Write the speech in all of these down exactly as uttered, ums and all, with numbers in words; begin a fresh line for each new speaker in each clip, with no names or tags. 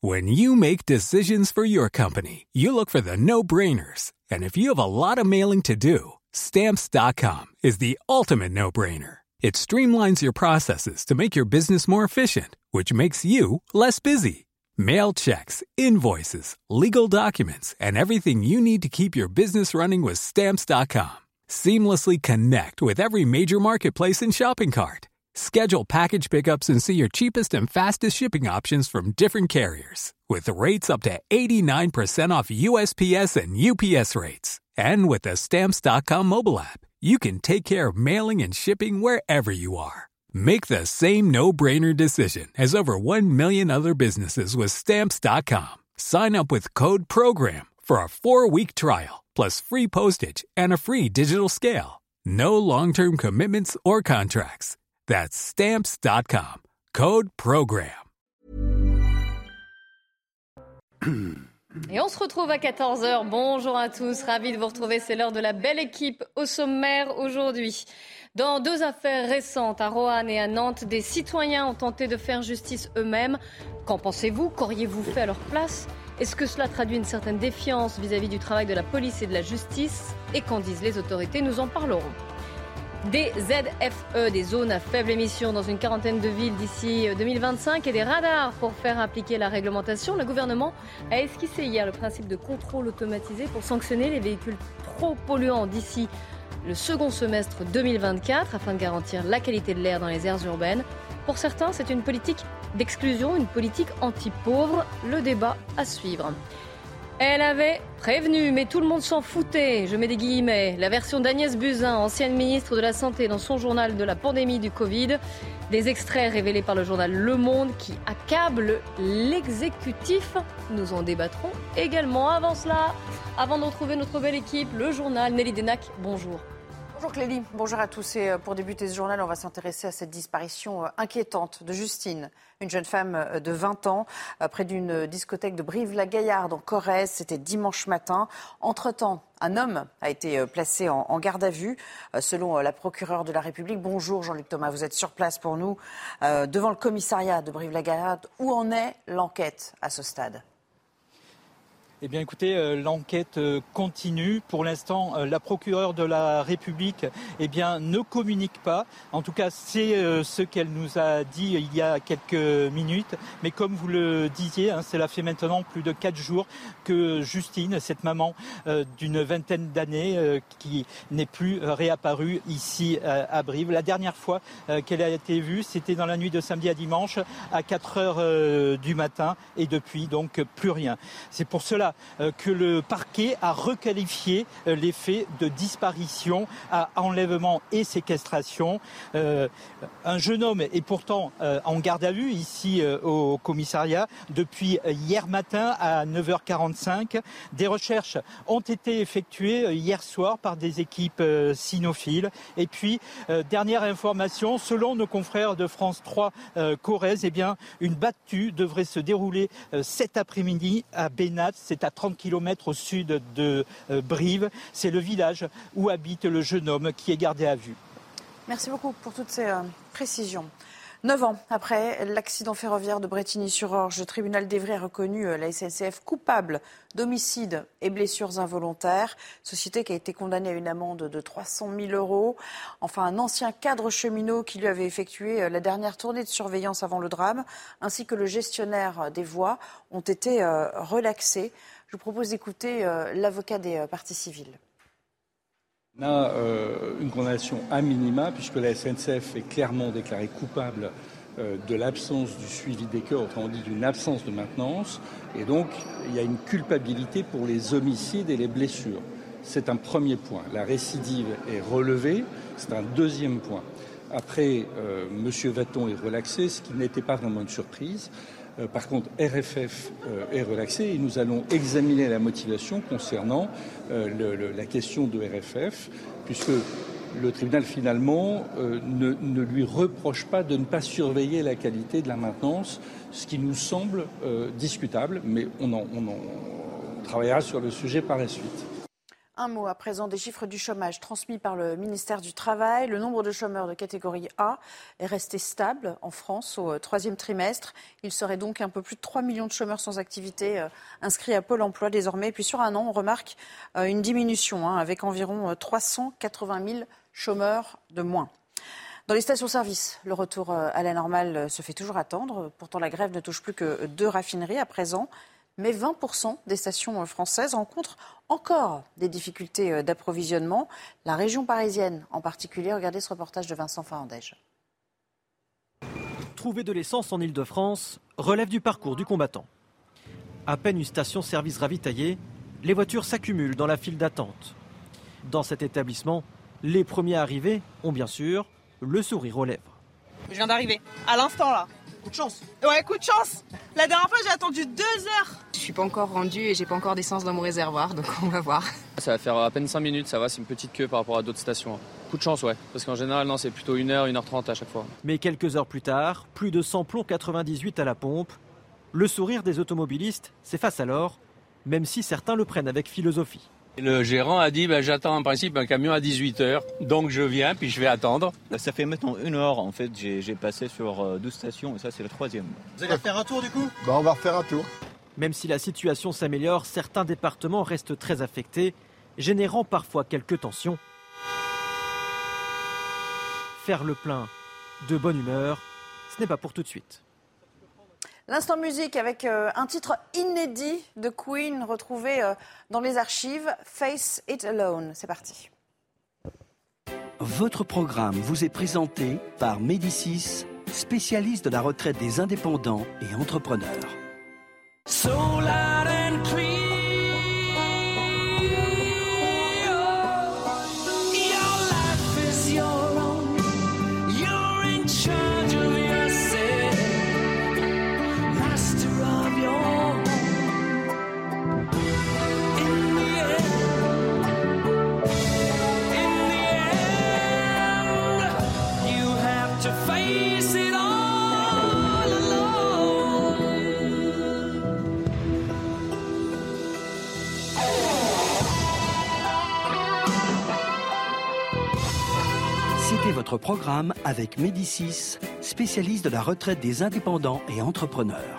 When you make decisions for your company, you look for the no-brainers. And if you have a lot of mailing to do, Stamps dot com is the ultimate no-brainer. It streamlines your processes to make your business more efficient, which makes you less busy. Mail checks, invoices, legal documents, and everything you need to keep your business running with Stamps dot com. Seamlessly connect with every major marketplace and shopping cart. Schedule package pickups and see your cheapest and fastest shipping options from different carriers. With rates up to eighty-nine percent off U S P S and U P S rates. And with the Stamps dot com mobile app, you can take care of mailing and shipping wherever you are. Make the same no-brainer decision as over one million other businesses with Stamps dot com. Sign up with code PROGRAM for a four-week trial, plus free postage and a free digital scale. No long-term commitments or contracts. That's Stamps dot com. Code PROGRAM.
Et on se retrouve à quatorze heures. Bonjour à tous, ravi de vous retrouver. C'est l'heure de la belle équipe au sommaire aujourd'hui. Dans deux affaires récentes, à Roanne et à Nantes, des citoyens ont tenté de faire justice eux-mêmes. Qu'en pensez-vous ? Qu'auriez-vous fait à leur place ? Est-ce que cela traduit une certaine défiance vis-à-vis du travail de la police et de la justice ? Et qu'en disent les autorités ? Nous en parlerons. Des Z F E, des zones à faible émission dans une quarantaine de villes d'ici deux mille vingt-cinq et des radars pour faire appliquer la réglementation. Le gouvernement a esquissé hier le principe de contrôle automatisé pour sanctionner les véhicules trop polluants d'ici le second semestre deux mille vingt-quatre afin de garantir la qualité de l'air dans les aires urbaines. Pour certains, c'est une politique d'exclusion, une politique anti-pauvre. Le débat à suivre. Elle avait prévenu, mais tout le monde s'en foutait. Je mets des guillemets. La version d'Agnès Buzyn, ancienne ministre de la Santé, dans son journal de la pandémie du Covid. Des extraits révélés par le journal Le Monde qui accablent l'exécutif. Nous en débattrons également. Avant cela, avant de retrouver notre belle équipe, le journal Nelly Denac. Bonjour.
Bonjour Clélie, bonjour à tous. Et pour débuter ce journal, on va s'intéresser à cette disparition inquiétante de Justine, une jeune femme de vingt ans, près d'une discothèque de Brive-la-Gaillarde en Corrèze. C'était dimanche matin. Entre-temps, un homme a été placé en, en garde à vue, selon la procureure de la République. Bonjour Jean-Luc Thomas, vous êtes sur place pour nous, euh, devant le commissariat de Brive-la-Gaillarde. Où en est l'enquête à ce stade ?
Eh bien écoutez, euh, l'enquête euh, continue. Pour l'instant, euh, la procureure de la République eh bien, ne communique pas. En tout cas, c'est euh, ce qu'elle nous a dit il y a quelques minutes. Mais comme vous le disiez, hein, cela fait maintenant plus de quatre jours que Justine, cette maman euh, d'une vingtaine d'années, euh, qui n'est plus euh, réapparue ici euh, à Brive. La dernière fois euh, qu'elle a été vue, c'était dans la nuit de samedi à dimanche à quatre heures euh, du matin. Et depuis, donc, plus rien. C'est pour cela que le parquet a requalifié les faits de disparition à enlèvement et séquestration. Euh, un jeune homme est pourtant euh, en garde à vue ici euh, au commissariat depuis hier matin à neuf heures quarante-cinq. Des recherches ont été effectuées hier soir par des équipes euh, cynophiles. Et puis, euh, dernière information, selon nos confrères de France trois euh, Corrèze, eh bien, une battue devrait se dérouler euh, cet après-midi à Bénat. C'est à trente kilomètres au sud de euh, Brive. C'est le village où habite le jeune homme qui est gardé à vue.
Merci beaucoup pour toutes ces euh, précisions. Neuf ans après l'accident ferroviaire de Brétigny-sur-Orge, le tribunal d'Évry a reconnu euh, la S N C F coupable d'homicide et blessures involontaires. Société qui a été condamnée à une amende de trois cent mille euros. Enfin, un ancien cadre cheminot qui lui avait effectué euh, la dernière tournée de surveillance avant le drame, ainsi que le gestionnaire des voies, ont été euh, relaxés. Je vous propose d'écouter euh, l'avocat des euh, parties civiles.
On a euh, une condamnation à minima, puisque la S N C F est clairement déclarée coupable euh, de l'absence du suivi des cas, autrement dit d'une absence de maintenance. Et donc, il y a une culpabilité pour les homicides et les blessures. C'est un premier point. La récidive est relevée. C'est un deuxième point. Après, euh, M. Vaton est relaxé, ce qui n'était pas vraiment une surprise. Euh, par contre, R F F euh, est relaxé et nous allons examiner la motivation concernant euh, le, le, la question de R F F, puisque le tribunal finalement euh, ne, ne lui reproche pas de ne pas surveiller la qualité de la maintenance, ce qui nous semble euh, discutable, mais on, en, on, en, on travaillera sur le sujet par la suite.
Un mot à présent des chiffres du chômage transmis par le ministère du Travail. Le nombre de chômeurs de catégorie A est resté stable en France au troisième trimestre. Il serait donc un peu plus de trois millions de chômeurs sans activité euh, inscrits à Pôle emploi désormais. Et puis sur un an, on remarque euh, une diminution hein, avec environ euh, trois cent quatre-vingt mille chômeurs de moins. Dans les stations-service, le retour euh, à la normale se fait toujours attendre. Pourtant, la grève ne touche plus que deux raffineries à présent. Mais vingt pour cent des stations françaises rencontrent encore des difficultés d'approvisionnement. La région parisienne en particulier, regardez ce reportage de Vincent Farandège.
Trouver de l'essence en Ile-de-France relève du parcours du combattant. À peine une station-service ravitaillée, les voitures s'accumulent dans la file d'attente. Dans cet établissement, les premiers arrivés ont bien sûr le sourire aux lèvres.
Je viens d'arriver, à l'instant là.
Coup de chance.
Ouais, coup de chance. La dernière fois, j'ai attendu deux heures.
Je suis pas encore rendue et j'ai pas encore d'essence dans mon réservoir, donc on va voir.
Ça va faire à peine cinq minutes, ça va, c'est une petite queue par rapport à d'autres stations. Coup de chance, ouais, parce qu'en général, non, c'est plutôt une heure, une heure trente à chaque fois.
Mais quelques heures plus tard, plus de samplon quatre-vingt-dix-huit à la pompe. Le sourire des automobilistes s'efface alors, même si certains le prennent avec philosophie.
Le gérant a dit ben, j'attends en principe un camion à dix-huit heures, donc je viens puis je vais attendre.
Ça fait maintenant une heure en fait, j'ai, j'ai passé sur douze stations et ça c'est la troisième.
Vous allez refaire un tour du coup ?
Bah, on va refaire un tour.
Même si la situation s'améliore, certains départements restent très affectés, générant parfois quelques tensions. Faire le plein de bonne humeur, ce n'est pas pour tout de suite.
L'instant musique avec euh, un titre inédit de Queen retrouvé euh, dans les archives, Face It Alone. C'est parti.
Votre programme vous est présenté par Médicis, spécialiste de la retraite des indépendants et entrepreneurs.
So loud and clear, your life is your own, you're in charge of yourself, master of your own. In the end, in the end, you have to face it all.
C'était votre programme avec Médicis, spécialiste de la retraite des indépendants et entrepreneurs.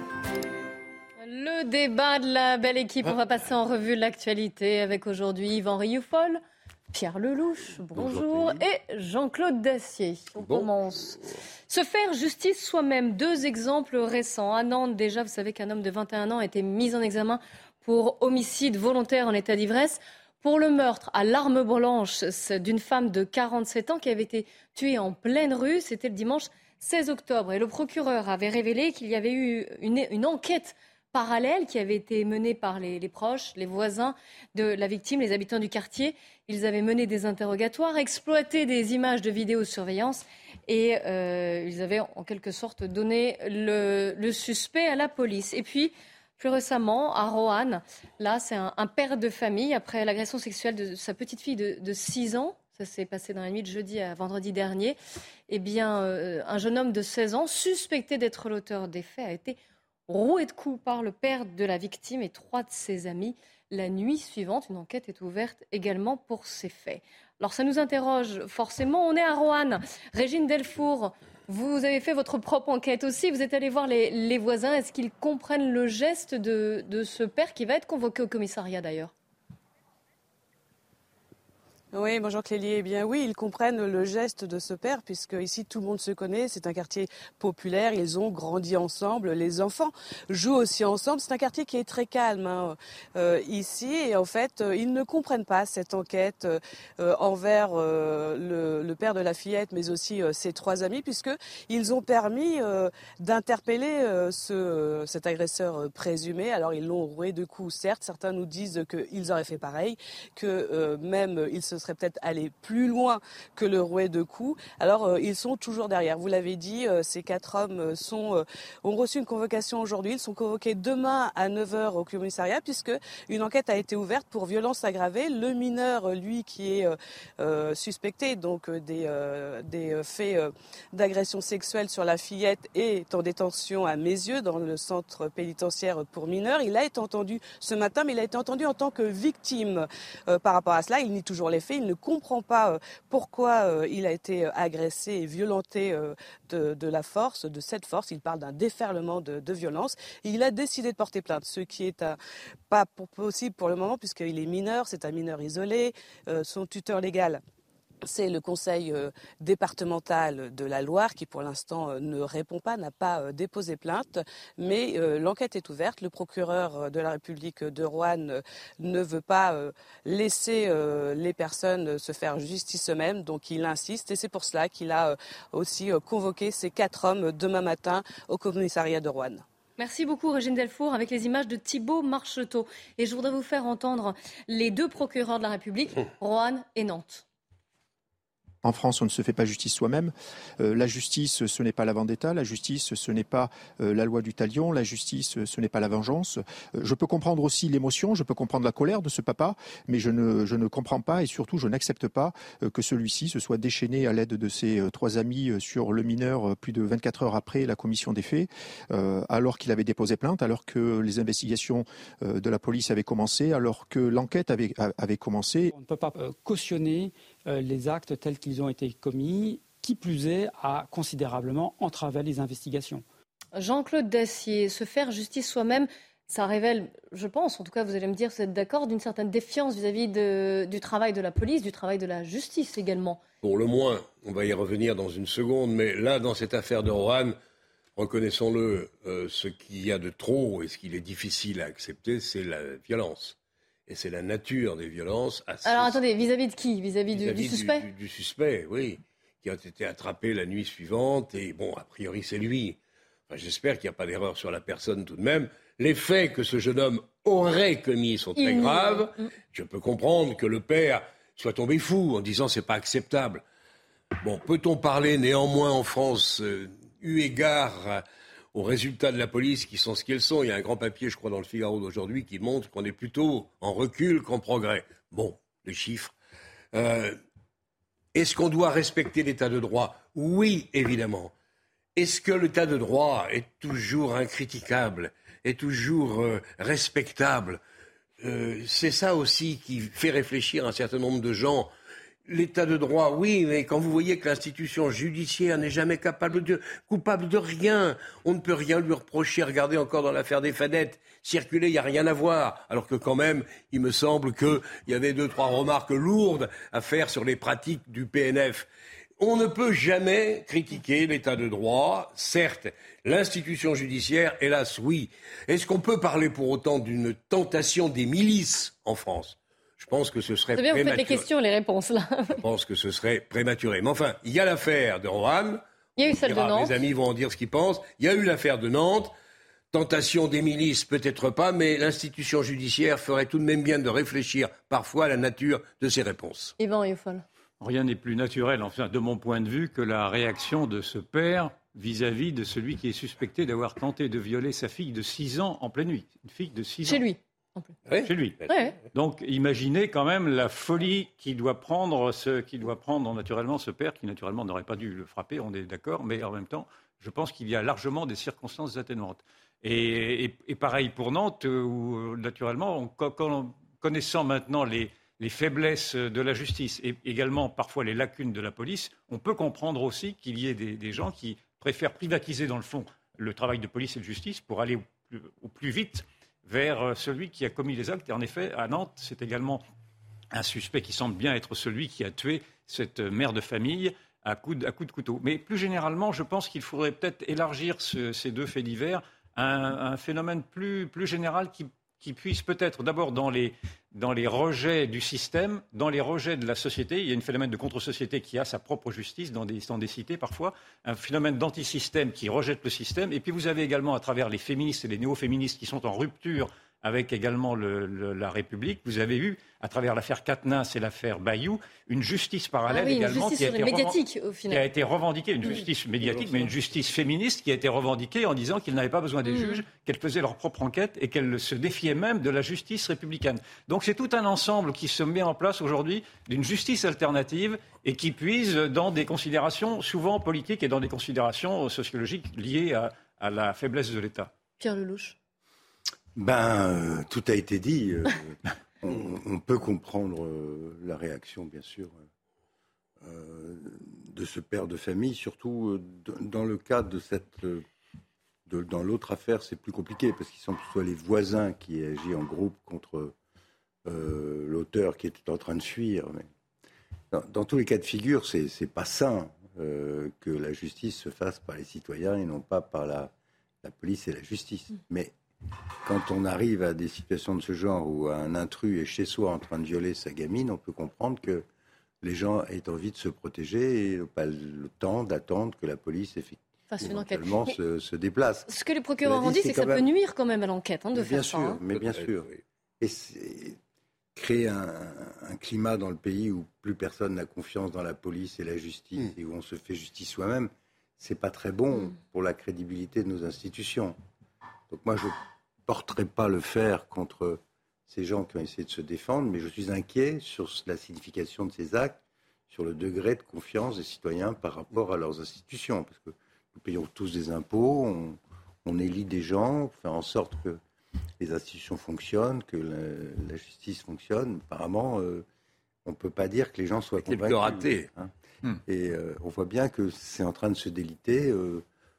Le débat de la belle équipe, on va passer en revue l'actualité avec aujourd'hui Yvan Rioufol, Pierre Lelouch, bonjour, et Jean-Claude Dacier. On bon. commence. Se faire justice soi-même, deux exemples récents. À Nantes, déjà, vous savez qu'un homme de vingt et un ans a été mis en examen pour homicide volontaire en état d'ivresse. Pour le meurtre à l'arme blanche d'une femme de quarante-sept ans qui avait été tuée en pleine rue, c'était le dimanche seize octobre. Et le procureur avait révélé qu'il y avait eu une, une enquête parallèle qui avait été menée par les, les proches, les voisins de la victime, les habitants du quartier. Ils avaient mené des interrogatoires, exploité des images de vidéosurveillance et euh, ils avaient en quelque sorte donné le, le suspect à la police. Et puis, plus récemment, à Roanne, là, c'est un, un père de famille, après l'agression sexuelle de sa petite fille de, de six ans, ça s'est passé dans la nuit de jeudi à vendredi dernier, eh bien, euh, un jeune homme de seize ans, suspecté d'être l'auteur des faits, a été roué de coups par le père de la victime et trois de ses amis. La nuit suivante, une enquête est ouverte également pour ces faits. Alors, ça nous interroge forcément. On est à Roanne. Régine Delfour, vous avez fait votre propre enquête aussi. Vous êtes allé voir les, les voisins. Est-ce qu'ils comprennent le geste de, de ce père qui va être convoqué au commissariat d'ailleurs ?
Oui, bonjour Clélie. Eh bien oui, ils comprennent le geste de ce père puisque ici tout le monde se connaît. C'est un quartier populaire. Ils ont grandi ensemble. Les enfants jouent aussi ensemble. C'est un quartier qui est très calme hein, euh, ici. Et en fait, euh, ils ne comprennent pas cette enquête euh, envers euh, le, le père de la fillette, mais aussi euh, ses trois amis, puisque ils ont permis euh, d'interpeller euh, ce, cet agresseur euh, présumé. Alors ils l'ont roué de coups, certes. Certains nous disent qu'ils auraient fait pareil, que euh, même ils se serait peut-être aller plus loin que le rouet de coups. Alors, euh, ils sont toujours derrière. Vous l'avez dit, euh, ces quatre hommes sont, euh, ont reçu une convocation aujourd'hui. Ils sont convoqués demain à neuf heures au commissariat puisque une enquête a été ouverte pour violence aggravée. Le mineur, lui, qui est euh, euh, suspecté donc euh, des, euh, des faits euh, d'agression sexuelle sur la fillette est en détention à Meyzieux dans le centre pénitentiaire pour mineurs. Il a été entendu ce matin, mais il a été entendu en tant que victime euh, par rapport à cela. Il nie toujours les faits. Il ne comprend pas euh, pourquoi euh, il a été agressé et violenté euh, de, de la force, de cette force. Il parle d'un déferlement de, de violence. Et il a décidé de porter plainte, ce qui est un, pas pour, possible pour le moment puisqu'il est mineur. C'est un mineur isolé. Euh, son tuteur légal, c'est le conseil euh, départemental de la Loire qui, pour l'instant, euh, ne répond pas, n'a pas euh, déposé plainte. Mais euh, l'enquête est ouverte. Le procureur de la République de Roanne euh, ne veut pas euh, laisser euh, les personnes se faire justice eux-mêmes. Donc, il insiste. Et c'est pour cela qu'il a euh, aussi euh, convoqué ces quatre hommes demain matin au commissariat de Roanne.
Merci beaucoup Régine Delfour avec les images de Thibault Marcheteau. Et je voudrais vous faire entendre les deux procureurs de la République, Roanne et Nantes.
En France, on ne se fait pas justice soi-même. Euh, la justice, ce n'est pas la vendetta. La justice, ce n'est pas euh, la loi du talion. La justice, ce n'est pas la vengeance. Euh, je peux comprendre aussi l'émotion, je peux comprendre la colère de ce papa, mais je ne, je ne comprends pas et surtout, je n'accepte pas euh, que celui-ci se soit déchaîné à l'aide de ses euh, trois amis euh, sur le mineur euh, plus de vingt-quatre heures après la commission des faits, euh, alors qu'il avait déposé plainte, alors que les investigations euh, de la police avaient commencé, alors que l'enquête avait, avait commencé.
On ne peut pas euh, cautionner euh, les actes tels qu'ils ont été commis, qui plus est, a considérablement entravé les investigations.
Jean-Claude Dacier, se faire justice soi-même, ça révèle, je pense, en tout cas vous allez me dire, vous êtes d'accord, d'une certaine défiance vis-à-vis de, du travail de la police, du travail de la justice également.
Pour le moins, on va y revenir dans une seconde, mais là, dans cette affaire de Roanne, reconnaissons-le, euh, ce qu'il y a de trop et ce qu'il est difficile à accepter, c'est la violence. Et c'est la nature des violences. Assez...
Alors attendez, vis-à-vis de qui ? Vis-à-vis, vis-à-vis du, du suspect
du, du, du suspect, oui, qui a été attrapé la nuit suivante. Et bon, a priori, c'est lui. Enfin, j'espère qu'il n'y a pas d'erreur sur la personne tout de même. Les faits que ce jeune homme aurait commis sont très Il... graves. Mm. Je peux comprendre que le père soit tombé fou en disant c'est pas acceptable. Bon, peut-on parler néanmoins en France, euh, eu égard à, aux résultats de la police qui sont ce qu'ils sont. Il y a un grand papier, je crois, dans le Figaro d'aujourd'hui qui montre qu'on est plutôt en recul qu'en progrès. Bon, les chiffres. Euh, est-ce qu'on doit respecter l'état de droit ? Oui, évidemment. Est-ce que l'état de droit est toujours incriticable, est toujours euh, respectable ? euh, C'est ça aussi qui fait réfléchir un certain nombre de gens. L'état de droit, oui, mais quand vous voyez que l'institution judiciaire n'est jamais capable de, coupable de rien, on ne peut rien lui reprocher. Regardez encore dans l'affaire des Fadettes, circuler, il n'y a rien à voir. Alors que quand même, il me semble qu'il y avait deux, trois remarques lourdes à faire sur les pratiques du P N F. On ne peut jamais critiquer l'état de droit. Certes, l'institution judiciaire, hélas, oui. Est-ce qu'on peut parler pour autant d'une tentation des milices en France ? Je pense que ce serait
prématuré. C'est bien, vous faites les questions, les réponses, là.
Je pense que ce serait prématuré. Mais enfin, il y a l'affaire de Roanne.
Il y a eu celle de Nantes.
Les amis vont en dire ce qu'ils pensent. Il y a eu l'affaire de Nantes. Tentation des milices, peut-être pas, mais l'institution judiciaire ferait tout de même bien de réfléchir parfois à la nature de ses réponses.
Yvan Riofol.
Rien n'est plus naturel, enfin, de mon point de vue, que la réaction de ce père vis-à-vis de celui qui est suspecté d'avoir tenté de violer sa fille de six ans en pleine nuit. Une fille de six ans.
Chez lui.
Oui. Chez lui.
Oui.
Donc, imaginez quand même la folie qu'il doit prendre, ce, qu'il doit prendre naturellement ce père, qui naturellement n'aurait pas dû le frapper, on est d'accord, mais en même temps, je pense qu'il y a largement des circonstances atténuantes. Et, et, et pareil pour Nantes, où naturellement, on, quand, quand, connaissant maintenant les, les faiblesses de la justice et également parfois les lacunes de la police, on peut comprendre aussi qu'il y ait des, des gens qui préfèrent privatiser dans le fond le travail de police et de justice pour aller au plus, au plus vite vers celui qui a commis les actes. Et en effet, à Nantes, c'est également un suspect qui semble bien être celui qui a tué cette mère de famille à coups de, à coups de couteau. Mais plus généralement, je pense qu'il faudrait peut-être élargir ce, ces deux faits divers à un, un phénomène plus, plus général qui, qui puisse peut-être d'abord dans les, dans les rejets du système, dans les rejets de la société. Il y a un phénomène de contre-société qui a sa propre justice dans des, dans des cités parfois, un phénomène d'antisystème qui rejette le système. Et puis vous avez également à travers les féministes et les néo-féministes qui sont en rupture avec également le, le, la République. Vous avez eu, à travers l'affaire Quatennens et l'affaire Bayou, une justice parallèle
ah oui,
également
une justice
qui, a été
médiatique,
reven...
au final.
qui a été revendiquée, une justice mmh. médiatique, mais une justice féministe qui a été revendiquée en disant qu'ils n'avaient pas besoin des mmh. juges, qu'elles faisaient leur propre enquête et qu'elles se défiaient même de la justice républicaine. Donc c'est tout un ensemble qui se met en place aujourd'hui d'une justice alternative et qui puise dans des considérations souvent politiques et dans des considérations sociologiques liées à, à la faiblesse de l'État.
Pierre Lelouch.
Ben, euh, tout a été dit. Euh, on, on peut comprendre euh, la réaction, bien sûr, euh, de ce père de famille, surtout euh, de, dans le cas de cette... Euh, de, dans l'autre affaire, c'est plus compliqué, parce qu'il semble que ce soit les voisins qui agissent en groupe contre euh, l'auteur qui était en train de fuir. Mais dans, dans tous les cas de figure, c'est, c'est pas sain euh, que la justice se fasse par les citoyens et non pas par la, la police et la justice. Mais quand on arrive à des situations de ce genre où un intrus est chez soi en train de violer sa gamine, on peut comprendre que les gens aient envie de se protéger et n'ont pas le temps d'attendre que la police éventuellement se, se déplace.
Ce que les procureurs ont dit, c'est que ça même... peut nuire quand même à l'enquête hein, de
mais
faire
bien
ça.
Sûr,
hein.
Mais bien sûr. Et c'est créer un, un climat dans le pays où plus personne n'a confiance dans la police et la justice mmh. et où on se fait justice soi-même, c'est pas très bon mmh. pour la crédibilité de nos institutions. Donc moi, je porterai pas le fer contre ces gens qui ont essayé de se défendre, mais je suis inquiet sur la signification de ces actes, sur le degré de confiance des citoyens par rapport à leurs institutions. Parce que nous payons tous des impôts, on, on élit des gens, on fait en sorte que les institutions fonctionnent, que la, la justice fonctionne. Apparemment, euh, on ne peut pas dire que les gens soient convaincus.
Quelques ratés.
Hein. Hum. Et euh, on voit bien que c'est en train de se déliter. Euh,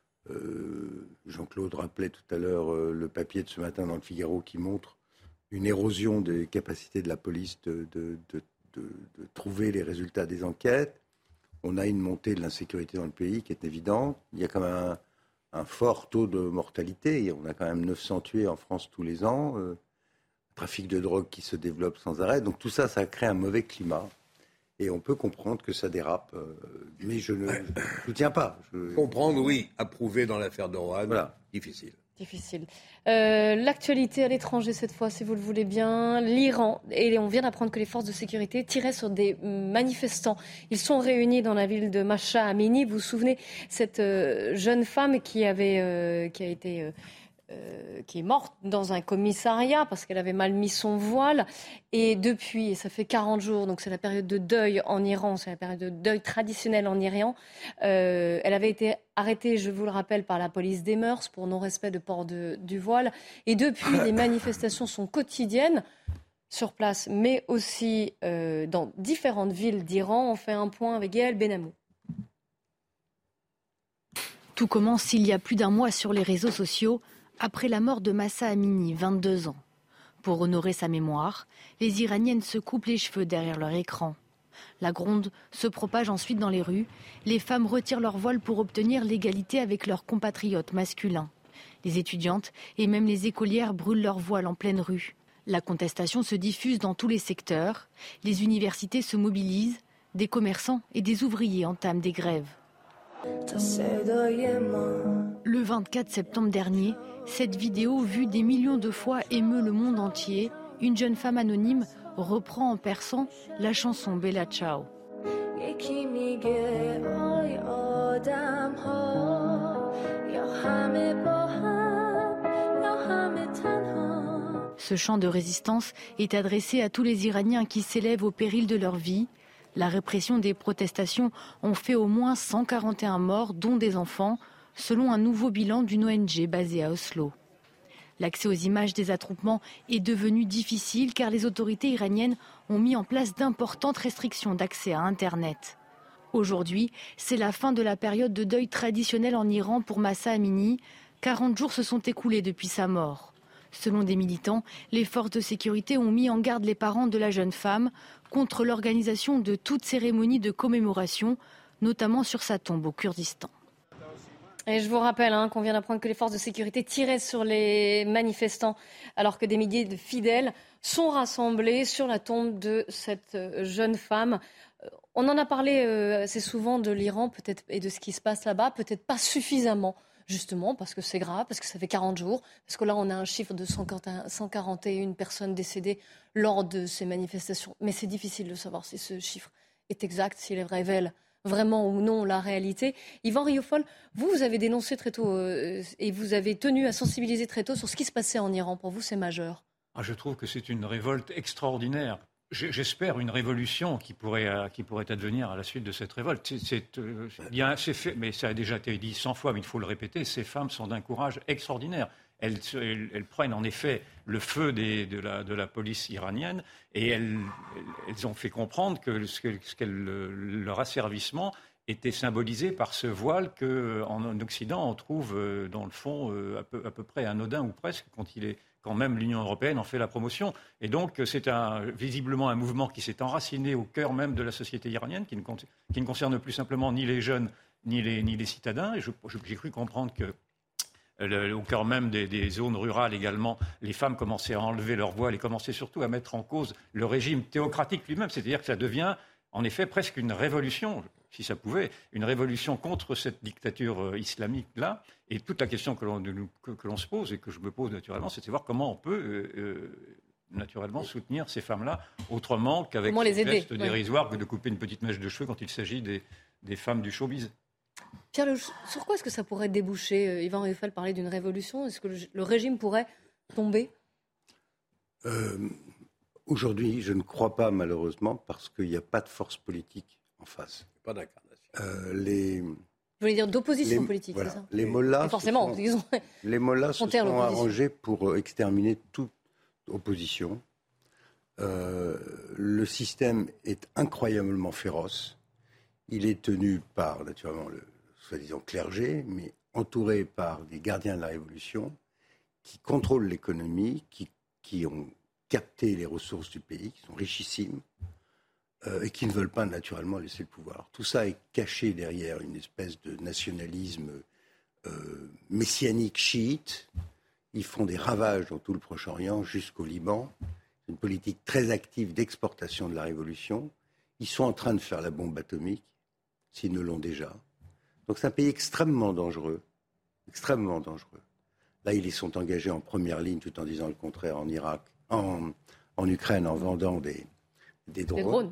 Euh, Jean-Claude rappelait tout à l'heure euh, le papier de ce matin dans le Figaro qui montre une érosion des capacités de la police de, de, de, de, de trouver les résultats des enquêtes. On a une montée de l'insécurité dans le pays qui est évidente. Il y a quand même un, un fort taux de mortalité. On a quand même neuf cents tués en France tous les ans. Euh, trafic de drogue qui se développe sans arrêt. Donc tout ça, ça crée un mauvais climat. Et on peut comprendre que ça dérape, euh, mais je ne soutiens pas. Je...
Comprendre, oui. Approuver dans l'affaire de Roanne, voilà. difficile.
Difficile. Euh, l'actualité à l'étranger cette fois, si vous le voulez bien. L'Iran, et on vient d'apprendre que les forces de sécurité tiraient sur des manifestants. Ils sont réunis dans la ville de Mahsa Amini. Vous vous souvenez, cette euh, jeune femme qui, avait, euh, qui a été... Euh, Euh, qui est morte dans un commissariat parce qu'elle avait mal mis son voile. Et depuis, et ça fait quarante jours, donc c'est la période de deuil en Iran, c'est la période de deuil traditionnelle en Iran. Euh, elle avait été arrêtée, je vous le rappelle, par la police des mœurs pour non-respect de port de, du voile. Et depuis, les manifestations sont quotidiennes sur place, mais aussi euh, dans différentes villes d'Iran. On fait un point avec Gaël Benamou.
Tout commence il y a plus d'un mois sur les réseaux sociaux, après la mort de Mahsa Amini, vingt-deux ans. Pour honorer sa mémoire, les Iraniennes se coupent les cheveux derrière leur écran. La gronde se propage ensuite dans les rues. Les femmes retirent leur voile pour obtenir l'égalité avec leurs compatriotes masculins. Les étudiantes et même les écolières brûlent leur voile en pleine rue. La contestation se diffuse dans tous les secteurs. Les universités se mobilisent. Des commerçants et des ouvriers entament des grèves. Le vingt-quatre septembre dernier, cette vidéo vue des millions de fois émeut le monde entier. Une jeune femme anonyme reprend en persan la chanson Bella Ciao. Ce chant de résistance est adressé à tous les Iraniens qui s'élèvent au péril de leur vie. La répression des protestations ont fait au moins cent quarante et un morts, dont des enfants, selon un nouveau bilan d'une O N G basée à Oslo. L'accès aux images des attroupements est devenu difficile car les autorités iraniennes ont mis en place d'importantes restrictions d'accès à Internet. Aujourd'hui, c'est la fin de la période de deuil traditionnel en Iran pour Mahsa Amini. quarante jours se sont écoulés depuis sa mort. Selon des militants, les forces de sécurité ont mis en garde les parents de la jeune femme contre l'organisation de toute cérémonie de commémoration, notamment sur sa tombe au Kurdistan.
Et je vous rappelle hein, qu'on vient d'apprendre que les forces de sécurité tiraient sur les manifestants alors que des milliers de fidèles sont rassemblés sur la tombe de cette jeune femme. On en a parlé euh, assez souvent de l'Iran peut-être et de ce qui se passe là-bas, peut-être pas suffisamment justement parce que c'est grave, parce que ça fait quarante jours, parce que là on a un chiffre de cent quarante et une personnes décédées lors de ces manifestations. Mais c'est difficile de savoir si ce chiffre est exact, s'il révèle vraiment ou non la réalité. Yvan Rioufol, vous, vous avez dénoncé très tôt euh, et vous avez tenu à sensibiliser très tôt sur ce qui se passait en Iran. Pour vous, c'est majeur.
Ah, je trouve que c'est une révolte extraordinaire. J'espère une révolution qui pourrait, euh, qui pourrait advenir à la suite de cette révolte. C'est, c'est, euh, bien, c'est fait, mais ça a déjà été dit cent fois, mais il faut le répéter, ces femmes sont d'un courage extraordinaire. Elles, elles, elles prennent en effet le feu des, de, la, de la police iranienne et elles, elles ont fait comprendre que, ce que, ce que leur asservissement était symbolisé par ce voile qu'en Occident on trouve dans le fond à peu, à peu près anodin ou presque quand, il est, quand même l'Union européenne en fait la promotion. Et donc c'est un, visiblement un mouvement qui s'est enraciné au cœur même de la société iranienne, qui ne, qui ne concerne plus simplement ni les jeunes ni les, ni les citadins. Et je, j'ai cru comprendre que Le, au cœur même des, des zones rurales également, les femmes commençaient à enlever leur voile et commençaient surtout à mettre en cause le régime théocratique lui-même. C'est-à-dire que ça devient en effet presque une révolution, si ça pouvait, une révolution contre cette dictature islamique-là. Et toute la question que l'on, que, que l'on se pose et que je me pose naturellement, c'est de savoir comment on peut euh, euh, naturellement soutenir ces femmes-là autrement qu'avec
comment
ce
les aider,
geste dérisoire que de couper une petite mèche de cheveux quand il s'agit des, des femmes du showbiz.
Pierre, sur quoi est-ce que ça pourrait déboucher ? Yvan Rioufol parlait d'une révolution. Est-ce que le, le régime pourrait tomber ?
euh, Aujourd'hui, je ne crois pas, malheureusement, parce qu'il n'y a pas de force politique en face.
Pas d'incarnation.
Euh, les...
Je voulais dire d'opposition
les,
politique,
voilà.
c'est ça ?
Les mollahs
forcément,
sont,
ils ont...
les mollahs se sont arrangés pour exterminer toute opposition. Euh, le système est incroyablement féroce. Il est tenu par, naturellement, le soi-disant clergé, mais entouré par des gardiens de la Révolution qui contrôlent l'économie, qui, qui ont capté les ressources du pays, qui sont richissimes, euh, et qui ne veulent pas naturellement laisser le pouvoir. Tout ça est caché derrière une espèce de nationalisme euh, messianique chiite. Ils font des ravages dans tout le Proche-Orient jusqu'au Liban. C'est une politique très active d'exportation de la Révolution. Ils sont en train de faire la bombe atomique, s'ils ne l'ont déjà. Donc c'est un pays extrêmement dangereux, extrêmement dangereux. Là, ils sont engagés en première ligne, tout en disant le contraire, en Irak, en, en Ukraine, en vendant des, des drones. Des drones.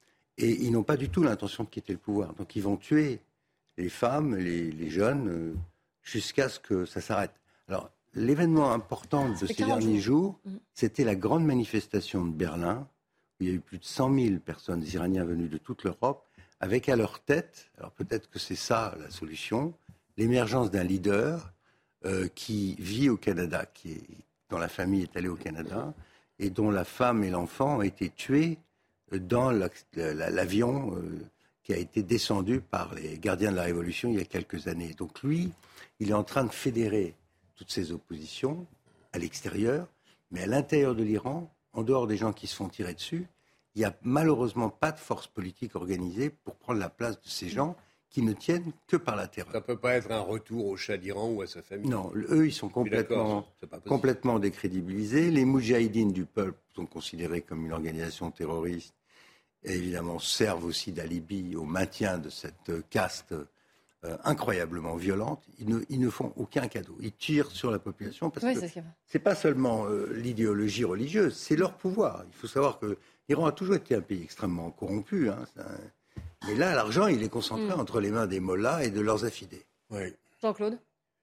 Et ils n'ont pas du tout l'intention de quitter le pouvoir. Donc ils vont tuer les femmes, les, les jeunes, euh, jusqu'à ce que ça s'arrête. Alors, l'événement important de ces derniers jours, jours c'était la grande manifestation de Berlin, où il y a eu plus de cent mille personnes iraniennes venues de toute l'Europe, avec à leur tête, alors peut-être que c'est ça la solution, l'émergence d'un leader euh, qui vit au Canada, qui est, dont la famille est allée au Canada, et dont la femme et l'enfant ont été tués dans la, la, l'avion euh, qui a été descendu par les gardiens de la Révolution il y a quelques années. Donc lui, il est en train de fédérer toutes ces oppositions à l'extérieur, mais à l'intérieur de l'Iran, en dehors des gens qui se font tirer dessus, il n'y a malheureusement pas de force politique organisée pour prendre la place de ces gens qui ne tiennent que par la terreur.
Ça ne peut pas être un retour au Shah d'Iran ou à sa famille.
Non, eux, ils sont complètement, complètement décrédibilisés. Les moudjahidines du peuple sont considérés comme une organisation terroriste et évidemment servent aussi d'alibi au maintien de cette caste euh, incroyablement violente. Ils ne, ils ne font aucun cadeau. Ils tirent sur la population parce oui, que ce n'est pas seulement euh, l'idéologie religieuse, c'est leur pouvoir. Il faut savoir que l'Iran a toujours été un pays extrêmement corrompu. Hein, un... Mais là, l'argent, il est concentré mmh. entre les mains des mollahs et de leurs affidés.
Oui.
Jean-Claude ?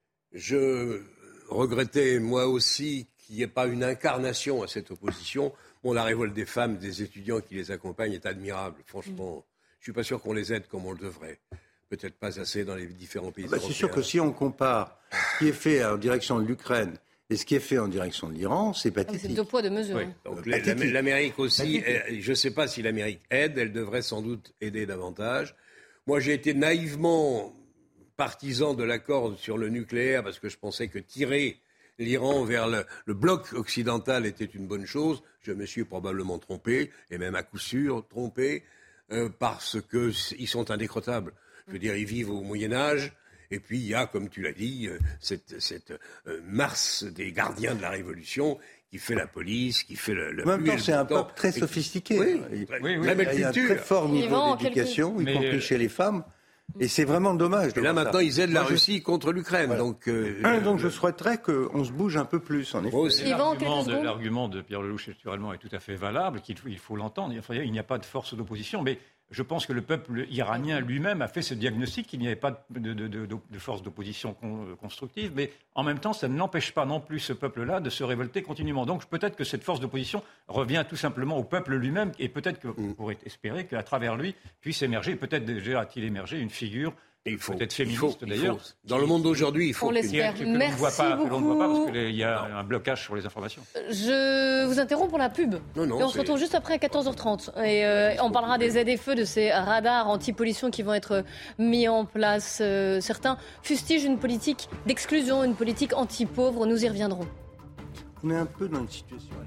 Je regrettais, moi aussi, qu'il n'y ait pas une incarnation à cette opposition. Bon, la révolte des femmes, des étudiants qui les accompagnent est admirable. Franchement, mmh. je ne suis pas sûr qu'on les aide comme on le devrait. Peut-être pas assez dans les différents pays
bah,
européens.
C'est sûr que si on compare ce qui est fait en direction de l'Ukraine et ce qui est fait en direction de l'Iran, c'est pathétique.
C'est deux poids, deux mesures. Oui.
Donc, euh, l'Amérique aussi, elle, je ne sais pas si l'Amérique aide, elle devrait sans doute aider davantage. Moi, j'ai été naïvement partisan de l'accord sur le nucléaire parce que je pensais que tirer l'Iran vers le, le bloc occidental était une bonne chose. Je me suis probablement trompé, et même à coup sûr trompé, euh, parce qu'ils sont indécrottables. Je veux dire, ils vivent au Moyen-Âge. Et puis, il y a, comme tu l'as dit, cette, cette euh, masse des gardiens de la Révolution qui fait la police, qui fait le... le
en même temps, c'est un peuple très sophistiqué.
Oui,
il,
oui, oui,
très belle culture. Il y a un très fort niveau d'éducation, y compris chez les femmes. Et c'est vraiment dommage.
Et là, maintenant,
ça.
ils aident la
Moi, je...
Russie contre l'Ukraine. Voilà. Donc, euh,
ah, donc, je souhaiterais qu'on se bouge un peu plus, en effet.
Aussi, l'argument, de, l'argument de Pierre Lelouch, naturellement, est tout à fait valable, qu'il faut, il faut l'entendre. Il n'y a pas de force d'opposition, mais je pense que le peuple iranien lui-même a fait ce diagnostic qu'il n'y avait pas de, de, de, de force d'opposition constructive, mais en même temps, ça ne l'empêche pas non plus, ce peuple-là, de se révolter continuellement. Donc peut-être que cette force d'opposition revient tout simplement au peuple lui-même, et peut-être qu'on pourrait espérer qu'à travers lui puisse émerger, peut-être déjà a-t-il émergé une figure il faut, peut-être féministe
il faut,
d'ailleurs.
Il faut. Dans le monde d'aujourd'hui, il faut
on
que,
l'espère.
que, que,
Merci
l'on voit pas,
beaucoup.
que l'on ne voit pas parce qu'il y a non. un blocage sur les informations.
Je vous interromps pour la pub.
Non, non,
et on se retrouve juste après à quatorze heures trente. Et euh, on parlera des Z F E, de ces radars anti-pollution qui vont être mis en place. Euh, certains fustigent une politique d'exclusion, une politique anti-pauvre. Nous y reviendrons.
On est un peu dans une situation à la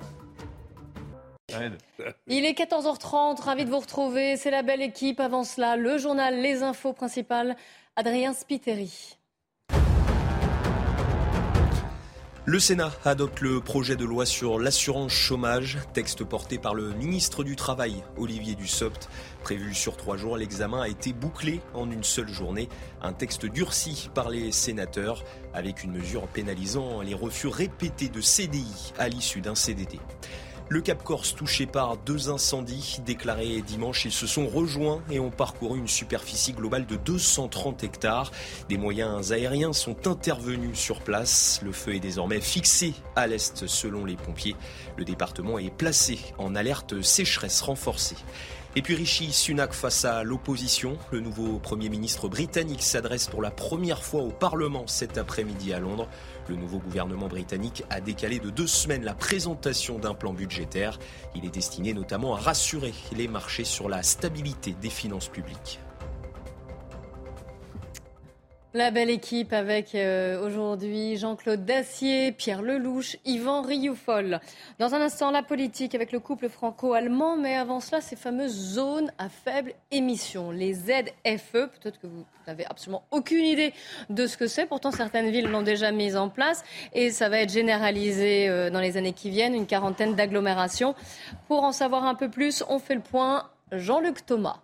Il est quatorze heures trente, ravi de vous retrouver, c'est la belle équipe. Avant cela, le journal Les Infos principales, Adrien Spiteri.
Le Sénat adopte le projet de loi sur l'assurance chômage, texte porté par le ministre du Travail, Olivier Dussopt. Prévu sur trois jours, l'examen a été bouclé en une seule journée. Un texte durci par les sénateurs, avec une mesure pénalisant les refus répétés de C D I à l'issue d'un C D D. Le Cap Corse touché par deux incendies déclarés dimanche. Ils se sont rejoints et ont parcouru une superficie globale de deux cent trente hectares. Des moyens aériens sont intervenus sur place. Le feu est désormais fixé à l'est selon les pompiers. Le département est placé en alerte sécheresse renforcée. Et puis Rishi Sunak face à l'opposition. Le nouveau Premier ministre britannique s'adresse pour la première fois au Parlement cet après-midi à Londres. Le nouveau gouvernement britannique a décalé de deux semaines la présentation d'un plan budgétaire. Il est destiné notamment à rassurer les marchés sur la stabilité des finances publiques.
La belle équipe avec euh, aujourd'hui Jean-Claude Dacier, Pierre Lelouch, Yvan Rioufol. Dans un instant, la politique avec le couple franco-allemand, mais avant cela, ces fameuses zones à faible émission, les Z F E. Peut-être que vous n'avez absolument aucune idée de ce que c'est. Pourtant, certaines villes l'ont déjà mise en place et ça va être généralisé euh, dans les années qui viennent, une quarantaine d'agglomérations. Pour en savoir un peu plus, on fait le point. Jean-Luc Thomas.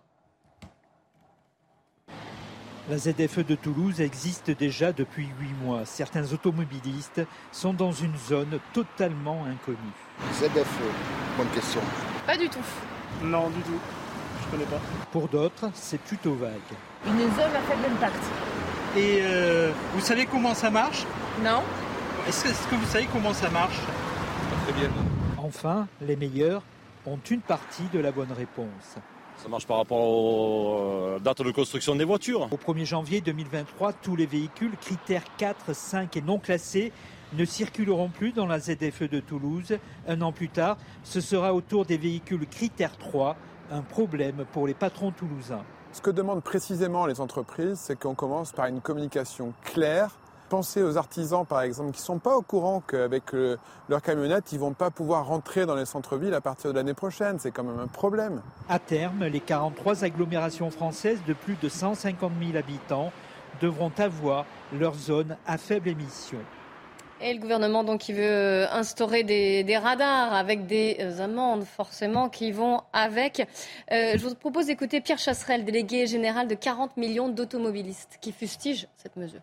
La Z F E de Toulouse existe déjà depuis huit mois. Certains automobilistes sont dans une zone totalement inconnue.
Z F E, bonne question.
Pas du tout.
Non, du tout. Je connais pas.
Pour d'autres, c'est plutôt vague.
Une zone à faible impact.
Et euh, vous savez comment ça marche ?
Non.
Est-ce que, est-ce que vous savez comment ça marche ?
Très bien.
Enfin, les meilleurs ont une partie de la bonne réponse.
Ça marche par rapport aux dates de construction des voitures.
Au premier janvier deux mille vingt-trois, tous les véhicules critères quatre, cinq et non classés ne circuleront plus dans la Z F E de Toulouse. Un an plus tard, ce sera au tour des véhicules critères trois, un problème pour les patrons toulousains.
Ce que demandent précisément les entreprises, c'est qu'on commence par une communication claire. Pensez aux artisans, par exemple, qui ne sont pas au courant qu'avec le, leur camionnette, ils ne vont pas pouvoir rentrer dans les centres-villes à partir de l'année prochaine. C'est quand même un problème.
À terme, les quarante-trois agglomérations françaises de plus de cent cinquante mille habitants devront avoir leur zone à faible émission.
Et le gouvernement donc qui veut instaurer des, des radars avec des amendes forcément qui vont avec. Euh, je vous propose d'écouter Pierre Chasserel, délégué général de quarante millions d'automobilistes, qui fustige cette mesure.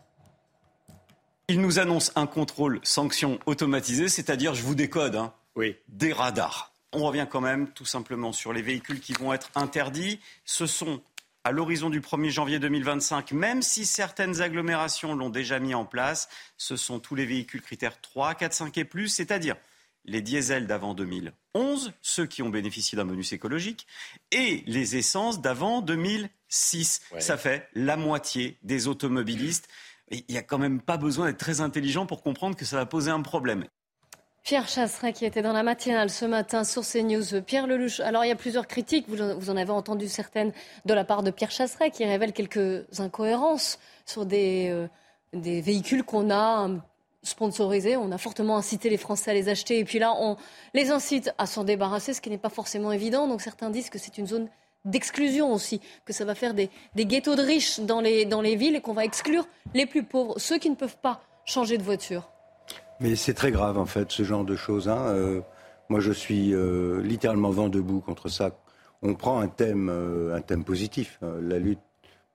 Il nous annonce un contrôle sanction automatisé, c'est-à-dire, je vous décode, hein, oui. des radars. On revient quand même tout simplement sur les véhicules qui vont être interdits. Ce sont, à l'horizon du premier janvier deux mille vingt-cinq, même si certaines agglomérations l'ont déjà mis en place, ce sont tous les véhicules critères trois, quatre, cinq et plus, c'est-à-dire les diesels d'avant deux mille onze, ceux qui ont bénéficié d'un bonus écologique, et les essences d'avant deux mille six. Ouais. Ça fait la moitié des automobilistes. Il n'y a quand même pas besoin d'être très intelligent pour comprendre que ça va poser un problème.
Pierre Chasseret qui était dans la matinale ce matin sur CNews. Pierre Lelouch, alors il y a plusieurs critiques, vous, vous en avez entendu certaines de la part de Pierre Chasseret qui révèlent quelques incohérences sur des, euh, des véhicules qu'on a sponsorisés. On a fortement incité les Français à les acheter et puis là on les incite à s'en débarrasser, ce qui n'est pas forcément évident. Donc certains disent que c'est une zone d'exclusion aussi, que ça va faire des, des ghettos de riches dans les, dans les villes et qu'on va exclure les plus pauvres, ceux qui ne peuvent pas changer de voiture.
Mais c'est très grave en fait ce genre de choses. Hein. Euh, moi je suis euh, littéralement vent debout contre ça. On prend un thème, euh, un thème positif, euh, la lutte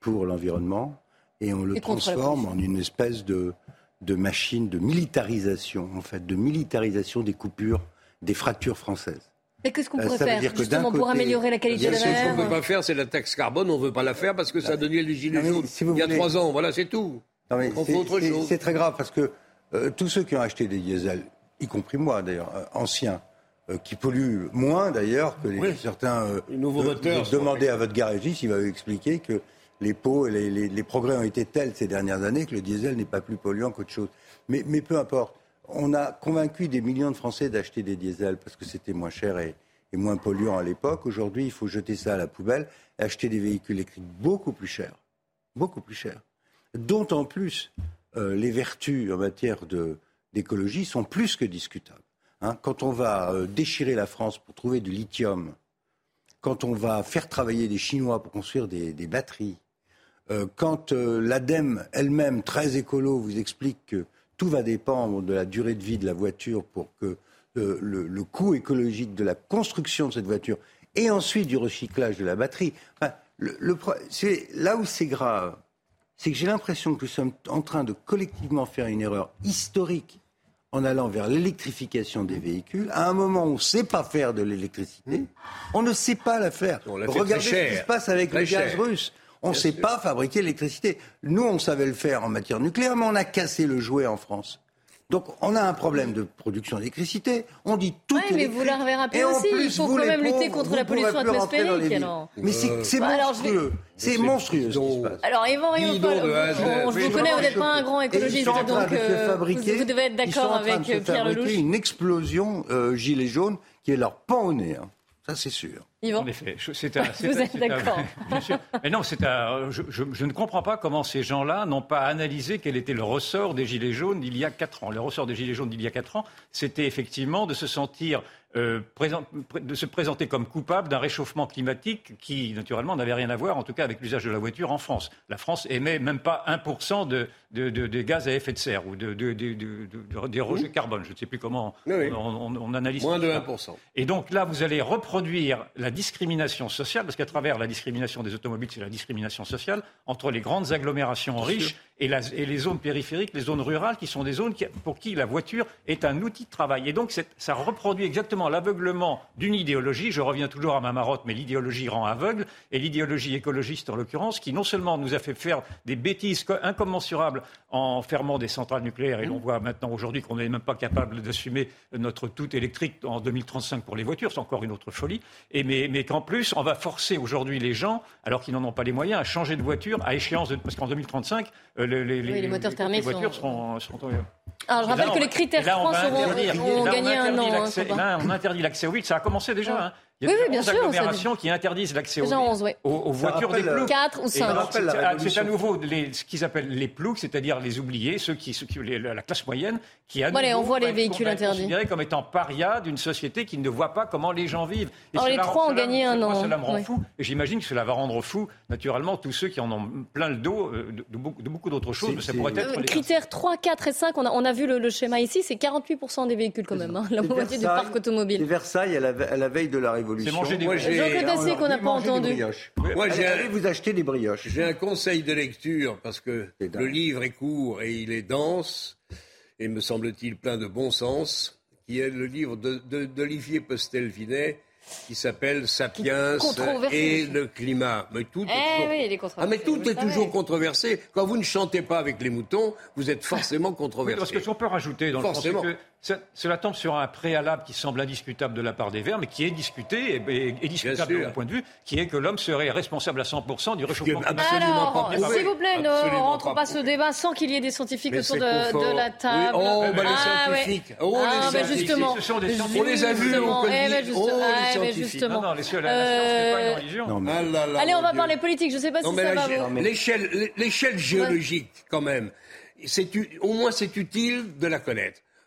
pour l'environnement et on le
Et contre la
transforme
pollution.
en une espèce de, de machine de militarisation, en fait, de militarisation des coupures, des fractures françaises.
Et qu'est-ce qu'on
Euh,
pourrait
ça veut
faire
dire que
justement
d'un
pour
côté,
améliorer la qualité
Bien
de
sûr, ce qu'on ne peut
l'air?
pas faire, c'est la taxe carbone. On ne veut pas la faire parce que ça a donné les gilets
Non, mais
jaunes
si vous
il y a
voulez-
trois ans. Voilà, c'est tout.
Non, mais
On
c'est-
fait autre
c'est-
chose.
C'est très grave parce que euh, tous ceux qui ont acheté des diesels, y compris moi d'ailleurs, euh, anciens, euh, qui polluent moins d'ailleurs que les,
Oui.
certains. Euh,
Les nouveaux
de-
moteurs
de-
sont
demandez à votre garagiste, il va vous expliquer que les pots, et les, les- les progrès ont été tels ces dernières années que le diesel n'est pas plus polluant qu'autre chose. Mais, mais peu importe. On a convaincu des millions de Français d'acheter des diesels parce que c'était moins cher et, et moins polluant à l'époque. Aujourd'hui, il faut jeter ça à la poubelle et acheter des véhicules électriques beaucoup plus chers. Beaucoup plus chers. Dont en plus, euh, les vertus en matière de, d'écologie sont plus que discutables. Hein. Quand on va euh, déchirer la France pour trouver du lithium, quand on va faire travailler des Chinois pour construire des, des batteries, euh, quand euh, l'ADEME elle-même, très écolo, vous explique que tout va dépendre de la durée de vie de la voiture pour que euh, le, le coût écologique de la construction de cette voiture et ensuite du recyclage de la batterie. Enfin, le, le, c'est, là où c'est grave, c'est que j'ai l'impression que nous sommes en train de collectivement faire une erreur historique en allant vers l'électrification des véhicules. À un moment où on ne sait pas faire de l'électricité, on ne sait pas la faire.
On l'a fait
Regardez
très
ce qui
cher,
se passe avec
très
le gaz
cher.
russe. On ne
Bien
sait
sûr.
pas fabriquer l'électricité. Nous, on savait le faire en matière nucléaire, mais on a cassé le jouet en France. Donc, on a un problème de production d'électricité. On dit tout
Oui, mais
électrique.
vous la rappelez
Et en
aussi.
plus,
Il faut
vous,
quand
les
même lutter
pauvres,
contre
vous
la
pourrez
pollution
plus rentrer dans les
atmosphérique.
villes.
Alors.
Mais c'est, c'est
Bah, alors, je vais-
monstrueux. C'est monstrueux ce qui se passe.
Alors, Yvan, Yvan,
Dis
Paul,
donc de A à Z.
on- je
Oui,
vous
je
connais, vous
vois.
n'êtes pas un grand
Et
écologiste,
ils sont en train
donc
de se
euh,
fabriquer-
vous, vous devez être
ils sont
d'accord
en train
avec
de se
euh, Pierre
fabriquer
Lelouch.
une explosion euh, gilet jaune qui est leur pan au nez. hein. Ça, c'est sûr.
Yvan.
En effet, je- c'est un, c'est
Vous
un-
êtes
c'est un-
d'accord.
Bien sûr. Mais non, c'est un, je, je- je ne comprends pas comment ces gens-là n'ont pas analysé quel était le ressort des Gilets jaunes d'il y a quatre ans. Le ressort des Gilets jaunes d'il y a quatre ans, c'était effectivement de se sentir, euh, présent- de se présenter comme coupable d'un réchauffement climatique qui, naturellement, n'avait rien à voir, en tout cas, avec l'usage de la voiture en France. La France émet même pas un pour cent de, de, de, de gaz à effet de serre ou de, de, de, de- de- des rejets carbone. Je ne sais plus comment
Oui, oui.
on, on- on analyse
Moins
tout
de
ça.
un pour cent.
Et donc là, vous allez reproduire la discrimination sociale, parce qu'à travers la discrimination des automobiles, c'est la discrimination sociale, entre les grandes agglomérations riches et, la- et les zones périphériques, les zones rurales, qui sont des zones qui- pour qui la voiture est un outil de travail. Et donc c'est- ça reproduit exactement l'aveuglement d'une idéologie. Je reviens toujours à ma marotte, mais l'idéologie rend aveugle, et l'idéologie écologiste en l'occurrence, qui non seulement nous a fait faire des bêtises co- incommensurables en fermant des centrales nucléaires, et l'on voit maintenant aujourd'hui qu'on n'est même pas capable d'assumer notre tout électrique en deux mille trente-cinq pour les voitures, c'est encore une autre folie, et mais, mais qu'en plus on va forcer aujourd'hui les gens, alors qu'ils n'en ont pas les moyens, à changer de voiture à échéance de... Parce qu'en deux mille trente-cinq, euh, les, les,
Oui, les moteurs
les
thermiques
voitures
sont-
seront... seront...
Alors, je
Et là,
rappelle
on
que
va-
les critères
et là, on
France
va
auront,
interdire-
auront
là, on
gagné un
interdit
an. hein,
l'accès-
Quentin.
Là, on interdit l'accès aux huit, ça a commencé déjà. Hein. Il y a
Oui, oui,
déjà
bien
onze
sûr, ça
agglomérations qui interdisent l'accès aux
Déjà
huit
onze, oui.
aux, aux
Ça
voitures des
rappelle,
ploucs.
Quatre ou
Et
cinq.
alors,
Ça rappelle la
c'est- c'est à
révolution.
nouveau les, ce qu'ils appellent les ploucs, c'est-à-dire les oubliés, ceux qui, ceux qui les- la classe moyenne, qui à
Bon, allez,
nouveau
on voit les
va être-
véhicules
va être
interdits.
considérés comme étant paria d'une société qui ne voit pas comment les gens vivent. Et
Alors, les
cela-
trois ont
cela-
gagné un
moi,
an,
Cela me rend
oui.
fou, et j'imagine que cela va rendre fou, naturellement, tous ceux qui en ont plein le dos euh, de, de beaucoup, de beaucoup d'autres choses,
C'est-
mais ça
c'est-
pourrait être
Euh,
les-
Critères trois, quatre et cinq, on a, on a vu le, le schéma ici, c'est quarante-huit pour cent des véhicules quand même, hein, la
C'est
moitié du
Versailles-
parc automobile.
C'est Versailles à la, ve- à la veille de la Révolution.
C'est manger des
Moi,
brioches.
j'ai-
Jean-Claude
Et on
Dacier
leur
qu'on n'a
dit,
pas
mangez des
entendu.
brioches.
Moi, j'ai
Allez,
un-
vous acheter des brioches.
J'ai un conseil de lecture parce que
C'est dingue.
le livre est court et il est dense et me semble-t-il plein de bon sens, qui est le livre de- de- d'Olivier Postel-Vinet qui s'appelle Sapiens
Controversé.
et le climat. Mais tout est
Eh
toujours...
oui, il est controversé.
Ah mais tout
vous le
est
savez.
toujours controversé. Quand vous ne chantez pas avec les moutons, vous êtes forcément
Oui,
controversé.
parce que ce qu'on peut rajouter dans
Forcément.
le fond, c'est que ça- cela tombe sur un préalable qui semble indiscutable de la part des Verts, mais qui est discuté et, et- et discutable de
sûr.
mon point de vue, qui est que l'homme serait responsable à cent pour cent du réchauffement
Qui est
climatique.
absolument
Alors,
pas prouvé.
s'il vous plaît, ne
Absolument
rentrons
pas
pas ce
prouvé.
débat sans qu'il y ait des scientifiques
Mais
autour
c'est
de,
confort.
de la table.
Oui, oh, bah, les
Ah, ouais.
scientifiques. Oh,
Ah,
les
bah,
scientifiques.
justement.
Ce sont des scientifiques.
On les a vus,
Justement.
on peut le
Eh ben,
dire.
juste-
Oh, les
ah, eh ben,
scientifiques.
justement.
Non, non, les- la, la science n'est pas
Euh,
une religion.
Non, mais-
Ah là là,
Allez, on
mon
va
Dieu.
parler politique. Je ne sais pas
Non,
si
mais
ça
la-
va vous.
l'échelle, l'échelle géologique, quand même, c'est, u- au moins c'est utile de la connaître.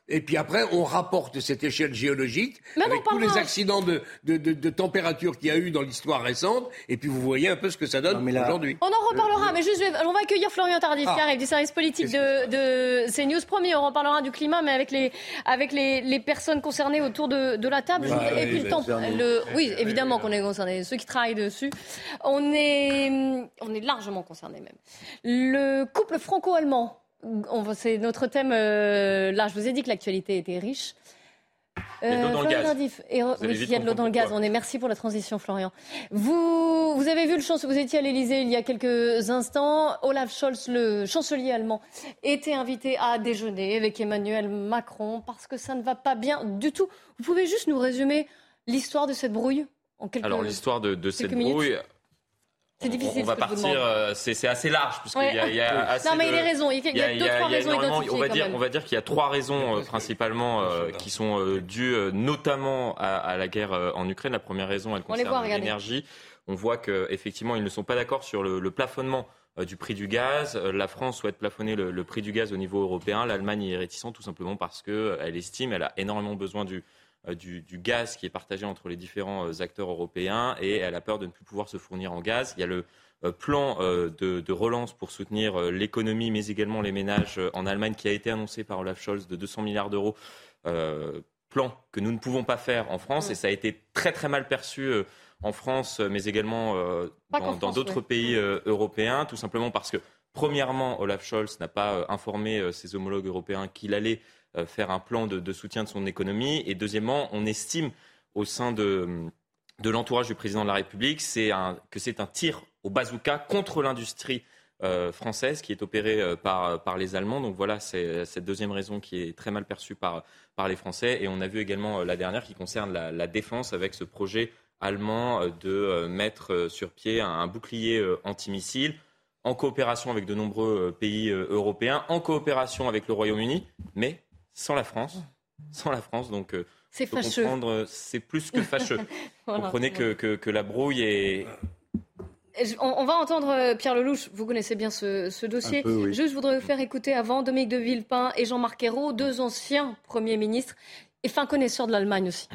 Et puis après, on rapporte cette échelle géologique
Mais
avec
non,
tous les
pas
accidents de, de, de, de température qu'il y a eu dans l'histoire récente. Et puis vous voyez un peu ce que ça donne là, aujourd'hui.
On en reparlera, mais juste, on va accueillir Florian Tardif,
Ah.
qui arrive du service politique de, de CNews. Promis, on reparlera du climat, mais avec les, avec les, les personnes concernées autour de, de la table.
Oui,
et
oui,
puis le temps.
concernés.
Le, oui, évidemment qu'on est concernés. Ceux qui travaillent dessus, on est, on est largement concernés même. Le couple franco-allemand. On va- C'est notre thème. euh, là, je vous ai dit que l'actualité était riche.
Il y a de l'eau dans le
Florian
gaz.
Tardif, et,
Vous allez
oui,
vite
il y a de l'eau dans le
comprendre
gaz. On est merci pour la transition, Florian. Vous, vous avez vu le chancelier, vous étiez à l'Élysée il y a quelques instants. Olaf Scholz, le chancelier allemand, était invité à déjeuner avec Emmanuel Macron parce que ça ne va pas bien du tout. Vous pouvez juste nous résumer l'histoire de cette brouille en quelques
Alors l'histoire de, de cette
quelques minutes.
brouille,
C'est difficile.
on va
ce que je vous
partir,
demande.
euh, c'est c'est assez large puisqu'il
Ouais.
y a, il y a assez
Non, mais
de-
il y a raison. Il y a- il y a deux, trois raisons
énormément-
identifiées,
On va
quand
dire,
même.
on va dire qu'il y a trois raisons euh, principalement euh, qui sont euh, dues euh, notamment à, à la guerre euh, en Ukraine. La première raison, elle
On les voit,
concerne
regardez.
l'énergie. On voit qu'effectivement, ils ne sont pas d'accord sur le, le plafonnement euh, du prix du gaz. Euh, La France souhaite plafonner le, le prix du gaz au niveau européen. L'Allemagne y est réticente tout simplement parce qu'elle estime, elle a énormément besoin du, euh, du, du gaz qui est partagé entre les différents euh, acteurs européens et elle a peur de ne plus pouvoir se fournir en gaz. Il y a le euh, plan euh, de, de relance pour soutenir euh, l'économie mais également les ménages euh, en Allemagne qui a été annoncé par Olaf Scholz de deux cents milliards d'euros. Euh, plan que nous ne pouvons pas faire en France
Ouais.
et ça a été très très mal perçu euh, en France mais également euh,
Pas
dans
qu'en
dans
France,
d'autres
ouais.
pays euh, européens, tout simplement parce que premièrement Olaf Scholz n'a pas euh, informé euh, ses homologues européens qu'il allait euh, faire un plan de, de soutien de son économie et deuxièmement on estime au sein de, de l'entourage du président de la République c'est un, que c'est un tir au bazooka contre l'industrie euh, française qui est opérée euh, par, par les Allemands. Donc voilà, c'est cette deuxième raison qui est très mal perçue par, par les Français. Et on a vu également euh, la dernière qui concerne la, la défense avec ce projet allemand euh, de euh, mettre euh, sur pied un, un bouclier euh, antimissile en coopération avec de nombreux euh, pays euh, européens, en coopération avec le Royaume-Uni, mais sans la France. Sans la France, donc euh,
C'est
faut
fâcheux.
comprendre, euh, c'est plus que fâcheux.
Voilà.
Comprenez que, que, que la brouille est...
Je- On, on va entendre euh, Pierre Lelouch, vous connaissez bien ce, ce dossier.
Un peu, oui.
Juste, je voudrais vous faire écouter avant Dominique de Villepin et Jean-Marc Ayrault, deux anciens premiers ministres et fin connaisseurs de l'Allemagne aussi.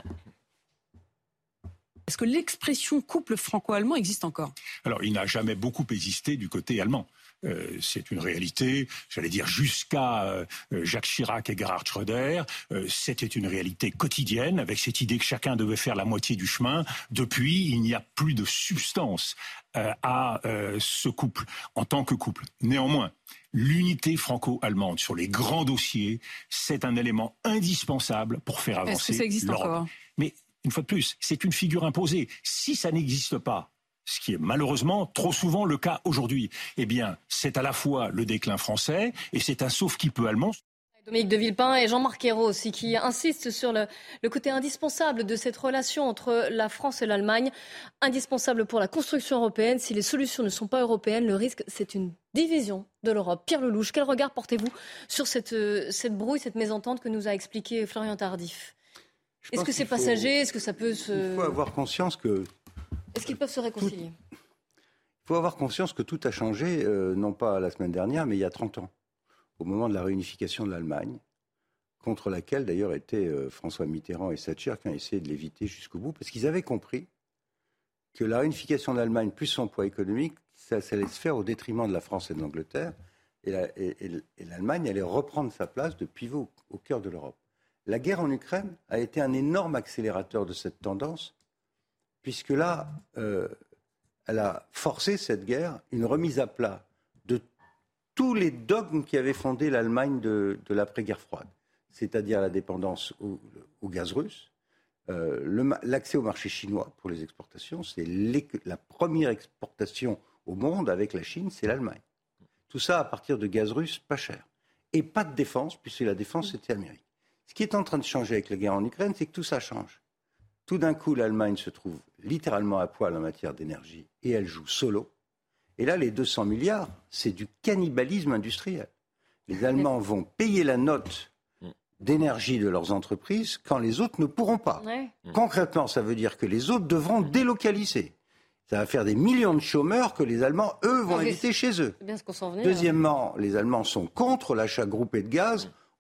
Est-ce que l'expression couple franco-allemand existe encore?
Alors, il n'a jamais beaucoup existé du côté allemand. Euh, c'est une réalité, j'allais dire jusqu'à euh, Jacques Chirac et Gerhard Schröder, euh, c'était une réalité quotidienne avec cette idée que chacun devait faire la moitié du chemin. Depuis, il n'y a plus de substance euh, à euh, ce couple en tant que couple. Néanmoins, l'unité franco-allemande sur les grands dossiers, c'est un élément indispensable pour faire
Est-ce que
avancer
ça existe
l'Europe.
encore?
Mais une fois de plus, c'est une figure imposée. Si ça n'existe pas, ce qui est malheureusement trop souvent le cas aujourd'hui, eh bien, c'est à la fois le déclin français et c'est un sauf-qui-peut allemand.
Dominique de Villepin et Jean-Marc Ayrault aussi qui insistent sur le, le côté indispensable de cette relation entre la France et l'Allemagne, indispensable pour la construction européenne. Si les solutions ne sont pas européennes, le risque, c'est une division de l'Europe. Pierre Lelouch, quel regard portez-vous sur cette, euh, cette brouille, cette mésentente que nous a expliqué Florian Tardif? Est-ce
pense
que c'est
qu'il faut-
passager? Est-ce que ça peut se...
Il faut avoir conscience que
Est-ce qu'ils peuvent se réconcilier?
Il faut avoir conscience que tout a changé, euh, non pas la semaine dernière, mais il y a trente ans, au moment de la réunification de l'Allemagne, contre laquelle d'ailleurs étaient euh, François Mitterrand et Thatcher qui ont essayé de l'éviter jusqu'au bout, parce qu'ils avaient compris que la réunification de l'Allemagne, plus son poids économique, ça, ça allait se faire au détriment de la France et de l'Angleterre, et, la- et- et- et l'Allemagne allait reprendre sa place de pivot au, au cœur de l'Europe. La guerre en Ukraine a été un énorme accélérateur de cette tendance, puisque là, euh, elle a forcé cette guerre, une remise à plat de tous les dogmes qui avaient fondé l'Allemagne de, de l'après-guerre froide, c'est-à-dire la dépendance au, au gaz russe, euh, le ma- l'accès au marché chinois pour les exportations, c'est l'é- la première exportation au monde avec la Chine, c'est l'Allemagne. Tout ça à partir de gaz russe pas cher. Et pas de défense, puisque la défense c'était l'Amérique. Ce qui est en train de changer avec la guerre en Ukraine, c'est que tout ça change. Tout d'un coup, l'Allemagne se trouve littéralement à poil en matière d'énergie et elle joue solo. Et là, les deux cents milliards, c'est du cannibalisme industriel. Les Allemands vont payer la note d'énergie de leurs entreprises quand les autres ne pourront pas.
Ouais.
Concrètement, ça veut dire que les autres devront délocaliser. Ça va faire des millions de chômeurs que les Allemands, eux, vont
Ah oui,
éviter chez eux.
C'est bien ce qu'on s'en venait.
Deuxièmement, les Allemands sont contre l'achat groupé de gaz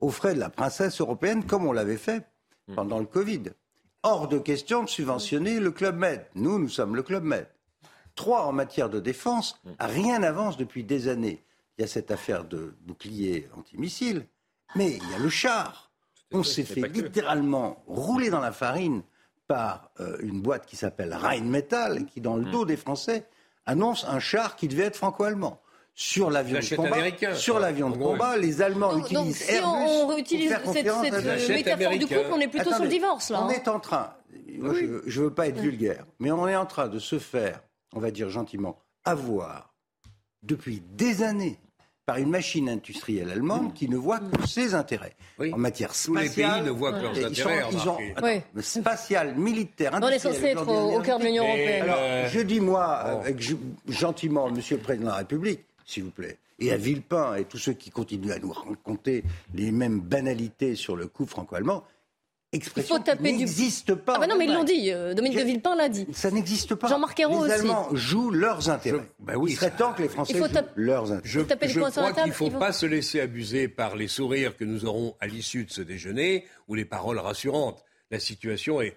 aux frais de la princesse européenne, comme on l'avait fait pendant le Covid. Hors de question de subventionner le Club Med. Nous, nous sommes le Club Med. Trois, en matière de défense, rien n'avance depuis des années. Il y a cette affaire de bouclier antimissile, mais il y a le char. On s'est fait littéralement rouler dans la farine par euh, une boîte qui s'appelle Rheinmetall, qui, dans le dos des Français, annonce un char qui devait être franco-allemand. Sur l'avion de combat, sur l'avion de combat, les Allemands donc, utilisent donc, si Airbus
on réutilise
pour faire
cette, cette métaphore du couple, on est plutôt Attendez, sur le divorce, là.
On
hein.
est en train, moi, oui. je ne veux pas être vulgaire, mais on est en train de se faire, on va dire gentiment, avoir depuis des années par une machine industrielle allemande mmh. qui ne voit que ses intérêts. Oui. En matière spatiale...
Tous les pays ne voient que leurs
ils
intérêts.
Sont, ils ont, attends, oui. Spatial, militaire,
industriel... On est censé être au, au cœur de l'Union européenne.
Alors, euh... je dis, moi, oh. avec gentiment, Monsieur le Président de la République, s'il vous plaît, et à Villepin et tous ceux qui continuent à nous raconter les mêmes banalités sur le coup franco-allemand, expression qui n'existe du... pas.
Ah bah non, mais ils l'ont dit. Euh, Dominique de Villepin l'a dit.
Ça n'existe pas.
Jean-Marc Ayrault aussi.
Les Allemands jouent leurs intérêts. Je... Bah oui, il serait ça... temps que les Français jouent tap... leurs intérêts.
Je, je crois qu'il ne faut pas se laisser abuser par les sourires que nous aurons à l'issue de ce déjeuner ou les paroles rassurantes. La situation est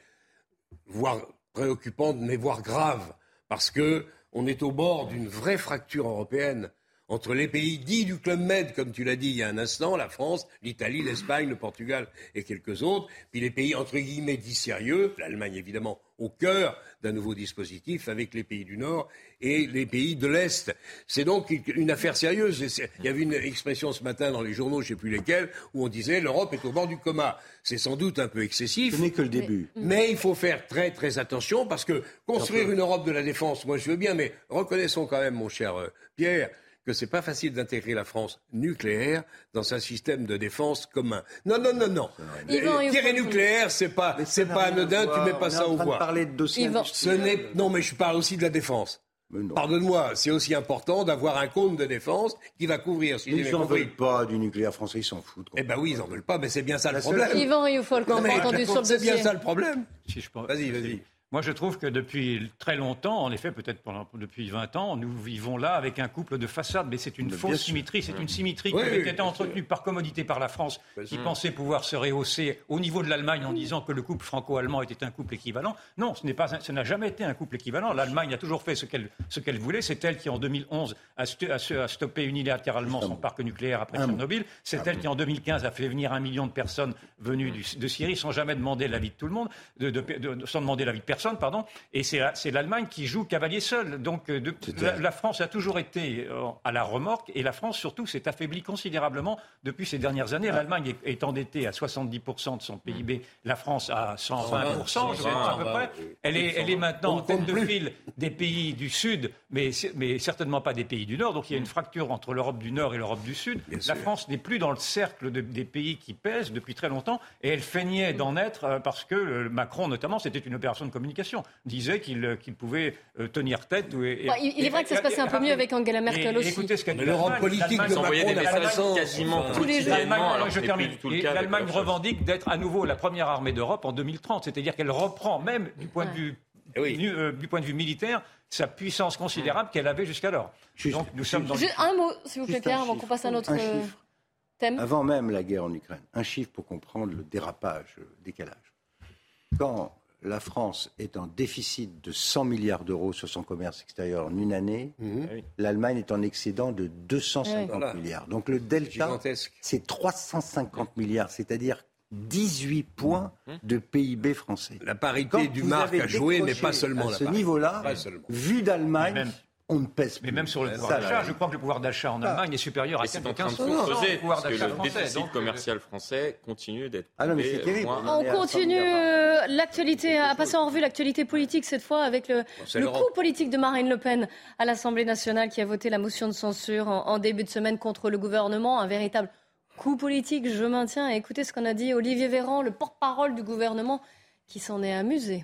voire préoccupante, mais voire grave, parce que on est au bord d'une vraie fracture européenne entre les pays dits du Club Med, comme tu l'as dit il y a un instant, la France, l'Italie, l'Espagne, le Portugal et quelques autres, puis les pays entre guillemets dits sérieux, l'Allemagne évidemment au cœur d'un nouveau dispositif avec les pays du Nord et les pays de l'Est. C'est donc une affaire sérieuse. Il y avait une expression ce matin dans les journaux, je ne sais plus lesquels, où on disait l'Europe est au bord du coma. C'est sans doute un peu excessif.
Ce n'est que le début.
Mais, mais il faut faire très très attention parce que construire une Europe de la défense, moi je veux bien, mais reconnaissons quand même, mon cher euh, Pierre, que c'est pas facile d'intégrer la France nucléaire dans un système de défense commun. Non, non, non, non. Tirer nucléaire, c'est pas, c'est pas anodin, tu mets pas ça au voie.
Parler de dossier
Ce n'est, non, mais je parle aussi de la défense. Pardonne-moi, c'est aussi important d'avoir un compte de défense qui va couvrir. Si
ils n'en veulent pas du nucléaire français, ils s'en foutent.
Eh ben oui, ils n'en veulent pas, mais c'est bien ça le problème.
Yvan Rioufol, qu'on a entendu sur le dossier.
C'est bien ça le problème.
Si je peux...
Vas-y, vas-y.
Moi, je trouve que depuis très longtemps, en effet, peut-être pendant, depuis vingt ans, nous vivons là avec un couple de façades, mais c'est une mais fausse symétrie. C'est une symétrie oui, qui avait oui, été entretenue par commodité par la France, qui mmh. pensait pouvoir se rehausser au niveau de l'Allemagne en disant que le couple franco-allemand était un couple équivalent. Non, ce n'est pas, ce n'a jamais été un couple équivalent. L'Allemagne a toujours fait ce qu'elle, ce qu'elle voulait. C'est elle qui, en deux mille onze, a, stu, a, a stoppé unilatéralement son parc nucléaire après Tchernobyl. C'est ah, elle qui, en deux mille quinze, a fait venir un million de personnes venues du, de Syrie sans jamais demander l'avis de tout le monde, de, de, de, de, sans demander l'avis de personne, pardon. Et c'est, la, c'est l'Allemagne qui joue cavalier seul. Donc de, la, la France a toujours été euh, à la remorque et la France surtout s'est affaiblie considérablement depuis ces dernières années. Ah. L'Allemagne est, est endettée à soixante-dix pour cent de son P I B, la France à cent vingt pour cent je vais dire, à peu près. Elle est, elle est maintenant en tête de file des pays du Sud, mais, mais certainement pas des pays du Nord. Donc il y a une fracture entre l'Europe du Nord et l'Europe du Sud. Bien la sûr. France n'est plus dans le cercle de, des pays qui pèsent depuis très longtemps et elle feignait d'en être parce que le, Macron notamment, c'était une opération de communication. Disait qu'il, qu'il pouvait euh, tenir tête. Et,
bon, il, il est vrai que ça se passait un peu mieux avec Angela Merkel et, aussi.
Écoutez ce qu'a dit
l'Europe politique de Macron
des messages quasiment
tous les jours.
L'Allemagne, je termine. Et l'Allemagne revendique d'être à nouveau la première armée d'Europe en deux mille trente, c'est-à-dire qu'elle reprend même du point de vue, oui. du, euh, du point de vue militaire sa puissance considérable qu'elle avait jusqu'alors.
Juste,
Donc nous sommes dans
juste un mot, s'il vous plaît, Pierre, avant qu'on passe à notre thème.
Avant même la guerre en Ukraine, un chiffre pour comprendre le dérapage, le décalage. Quand la France est en déficit de cent milliards d'euros sur son commerce extérieur en une année. Mmh. L'Allemagne est en excédent de deux cent cinquante oui. milliards. Donc le delta, c'est trois cent cinquante milliards, c'est-à-dire dix-huit points de P I B français.
La parité Quand du marque à jouer n'est pas seulement
à
la
ce niveau-là, vu d'Allemagne, on ne pèse plus.
Mais même sur le pouvoir d'achat, je crois que le pouvoir d'achat en Allemagne est supérieur à quinze pour cent du pouvoir d'achat français.
Le déficit commercial français continue d'être...
Ah non, mais c'est terrible.
On continue euh, l'actualité, à passer en revue l'actualité politique cette fois avec le, bon, le coup politique de Marine Le Pen à l'Assemblée nationale qui a voté la motion de censure en, en début de semaine contre le gouvernement. Un véritable coup politique, je maintiens. Écoutez ce qu'on a dit Olivier Véran, le porte-parole du gouvernement, qui s'en est amusé.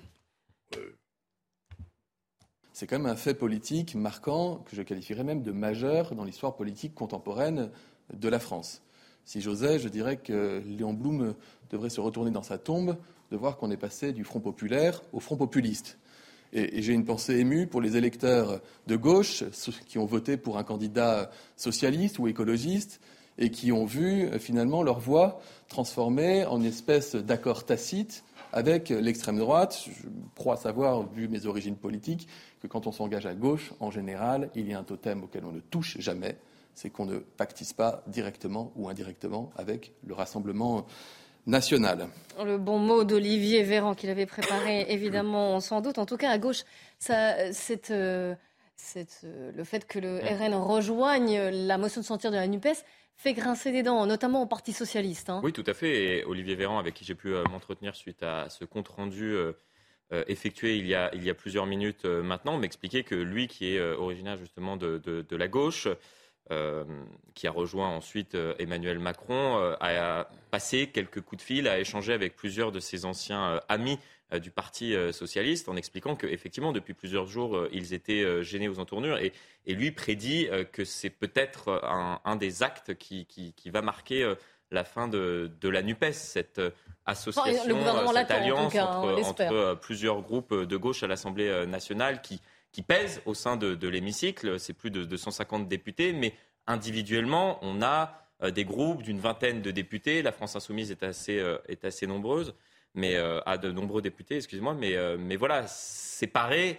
C'est quand même un fait politique marquant, que je qualifierais même de majeur dans l'histoire politique contemporaine de la France. Si j'osais, je dirais que Léon Blum devrait se retourner dans sa tombe de voir qu'on est passé du Front populaire au Front populiste. Et, et j'ai une pensée émue pour les électeurs de gauche, ceux qui ont voté pour un candidat socialiste ou écologiste, et qui ont vu euh, finalement leur voix transformée en une espèce d'accord tacite avec l'extrême droite. Je crois savoir, vu mes origines politiques, que quand on s'engage à gauche, en général, il y a un totem auquel on ne touche jamais, c'est qu'on ne pactise pas directement ou indirectement avec le Rassemblement national.
Le bon mot d'Olivier Véran qu'il avait préparé, évidemment, sans doute. En tout cas, à gauche, ça, c'est, euh, c'est, euh, le fait que le R N rejoigne la motion de censure de la NUPES fait grincer des dents, notamment au Parti socialiste. Hein.
Oui, tout à fait. Et Olivier Véran, avec qui j'ai pu euh, m'entretenir suite à ce compte-rendu euh, euh, effectué il y, a, il y a plusieurs minutes euh, maintenant, m'expliquait que lui, qui est euh, originaire justement de, de, de la gauche, euh, qui a rejoint ensuite euh, Emmanuel Macron, euh, a passé quelques coups de fil, a échangé avec plusieurs de ses anciens euh, amis euh, du Parti euh, socialiste, en expliquant qu'effectivement, depuis plusieurs jours, euh, ils étaient euh, gênés aux entournures. Et, et lui prédit euh, que c'est peut-être un, un des actes qui, qui, qui va marquer euh, la fin de, de la NUPES, cette euh, association,
enfin,
cette
l'attend,
alliance
cas,
entre, entre euh, plusieurs groupes de gauche à l'Assemblée nationale qui, qui pèsent au sein de, de l'hémicycle. C'est plus de deux cent cinquante députés, mais individuellement, on a euh, des groupes d'une vingtaine de députés. La France insoumise est assez, euh, est assez nombreuse, mais euh, a de nombreux députés, excusez-moi. Mais, euh, mais voilà, séparés,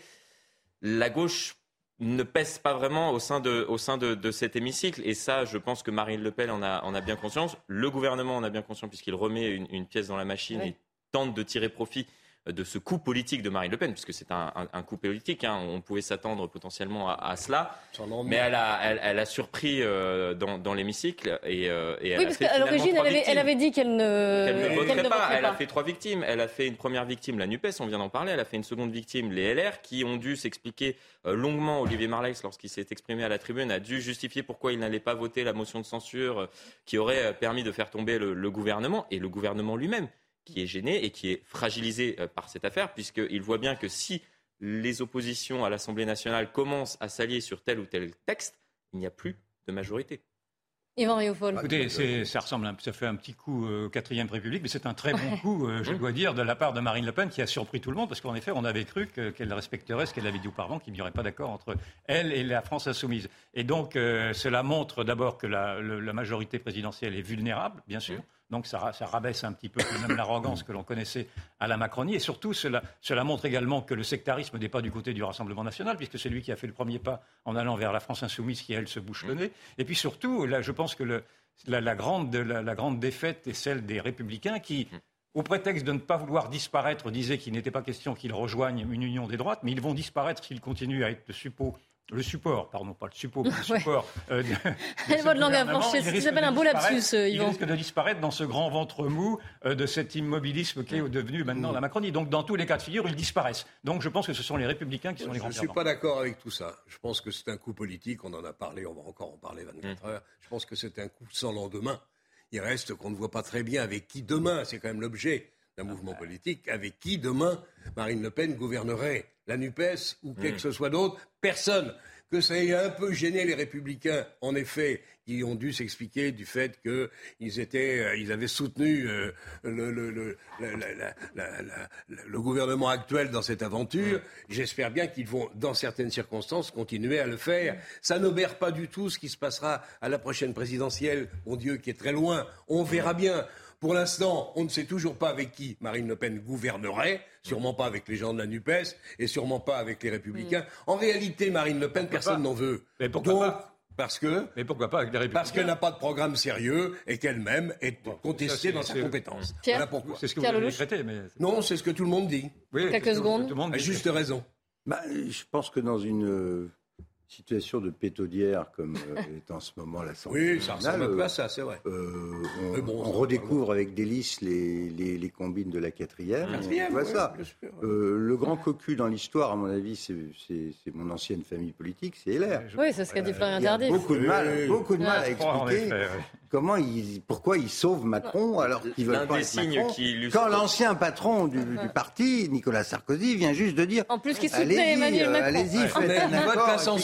la gauche ne pèse pas vraiment au sein de, au sein de, de cet hémicycle. Et ça, je pense que Marine Le Pen en a, en a bien conscience. Le gouvernement en a bien conscience puisqu'il remet une, une pièce dans la machine oui. et tente de tirer profit de ce coup politique de Marine Le Pen, puisque c'est un, un, un coup politique, hein. On pouvait s'attendre potentiellement à, à cela, mais elle a, elle, elle a surpris euh, dans, dans l'hémicycle et, euh, et elle
oui,
a
parce
fait
qu'à l'origine, elle avait, elle avait dit qu'elle ne,
qu'elle ne voterait
qu'elle ne
pas.
voterait
Elle
pas.
a fait trois victimes. Elle a fait une première victime, la NUPES, on vient d'en parler. Elle a fait une seconde victime, les L R, qui ont dû s'expliquer euh, longuement. Olivier Marleix, lorsqu'il s'est exprimé à la tribune, a dû justifier pourquoi il n'allait pas voter la motion de censure euh, qui aurait permis de faire tomber le, le gouvernement et le gouvernement lui-même, qui est gêné et qui est fragilisé par cette affaire, puisqu'il voit bien que si les oppositions à l'Assemblée nationale commencent à s'allier sur tel ou tel texte, il n'y a plus de majorité.
Yvan Rioufol.
Écoutez, c'est, ça ressemble, un, ça fait un petit coup euh, quatrième République, mais c'est un très bon coup, euh, je dois dire, de la part de Marine Le Pen, qui a surpris tout le monde, parce qu'en effet, on avait cru que, qu'elle respecterait ce qu'elle avait dit auparavant, qu'il n'y aurait pas d'accord entre elle et la France insoumise. Et donc, euh, cela montre d'abord que la, le, la majorité présidentielle est vulnérable, bien sûr. Donc ça, ça rabaisse un petit peu même l'arrogance que l'on connaissait à la Macronie. Et surtout, cela, cela montre également que le sectarisme n'est pas du côté du Rassemblement national, puisque c'est lui qui a fait le premier pas en allant vers la France insoumise, qui, elle, se bouche le nez. Et puis surtout, là, je pense que le, la, la, grande, la, la grande défaite est celle des Républicains qui, au prétexte de ne pas vouloir disparaître, disaient qu'il n'était pas question qu'ils rejoignent une union des droites, mais ils vont disparaître s'ils continuent à être le suppôt. Le support, pardon, pas le support, mais le support.
Ouais. Euh, de, de votre langue à plancher, c'est ce qui s'appelle un beau lapsus, Yvan.
Il risque de disparaître dans ce grand ventre mou euh, de cet immobilisme qui est devenu maintenant la Macronie. Donc, dans tous les cas de figure, ils disparaissent. Donc, je pense que ce sont les Républicains qui sont les grands perdants.
Je ne suis pas d'accord avec tout ça. Je pense que c'est un coup politique. On en a parlé, on va encore en parler vingt-quatre heures. Je pense que c'est un coup sans lendemain. Il reste qu'on ne voit pas très bien avec qui demain, c'est quand même l'objet d'un mouvement politique, avec qui demain Marine Le Pen gouvernerait la NUPES ou quel que ce soit d'autre. Personne. Que ça ait un peu gêné les Républicains, en effet, qui ont dû s'expliquer du fait qu'ils étaient, euh, ils avaient soutenu euh, le, le, le, la, la, la, la, la, le gouvernement actuel dans cette aventure. J'espère bien qu'ils vont, dans certaines circonstances, continuer à le faire. Ça n'obère pas du tout ce qui se passera à la prochaine présidentielle, mon Dieu, qui est très loin. On verra bien. Pour l'instant, on ne sait toujours pas avec qui Marine Le Pen gouvernerait, sûrement pas avec les gens de la NUPES et sûrement pas avec les Républicains. Mmh. En réalité, Marine Le Pen, personne n'en veut.
Mais pourquoi
Donc,
pas
parce que,
mais pourquoi pas avec les Républicains ?
Parce qu'elle n'a pas de programme sérieux et qu'elle-même est bon, contestée ça, dans sa compétence.
Pierre,
voilà pourquoi.
C'est ce que vous avez décrété, mais...
Non, c'est ce que tout le monde dit.
Oui,
quelques secondes.
Tout le monde a juste raison.
Bah, je pense que dans une euh, situation de pétaudière comme euh, est en ce moment l'Assemblée
oui, ça ressemble un peu à ça, c'est vrai.
Euh, on, bon, on redécouvre avec délice les, les, les combines de la quatrième.
quatrième
on voit
ouais,
ça.
Sûr, ouais.
euh, le grand cocu dans l'histoire, à mon avis, c'est, c'est, c'est mon ancienne famille politique, c'est L R.
Oui, c'est ce qu'a dit Florian Tardif.
Beaucoup de mal, beaucoup de mal à expliquer
effet,
comment il, pourquoi il sauve Macron alors qu'il veut pas être Macron.
Qui
quand l'ancien patron du, du parti, Nicolas Sarkozy, vient juste de dire
en plus qu'il soutenait Emmanuel Macron.
Allez-y,
ouais.
faites un
vote
accord,
consensus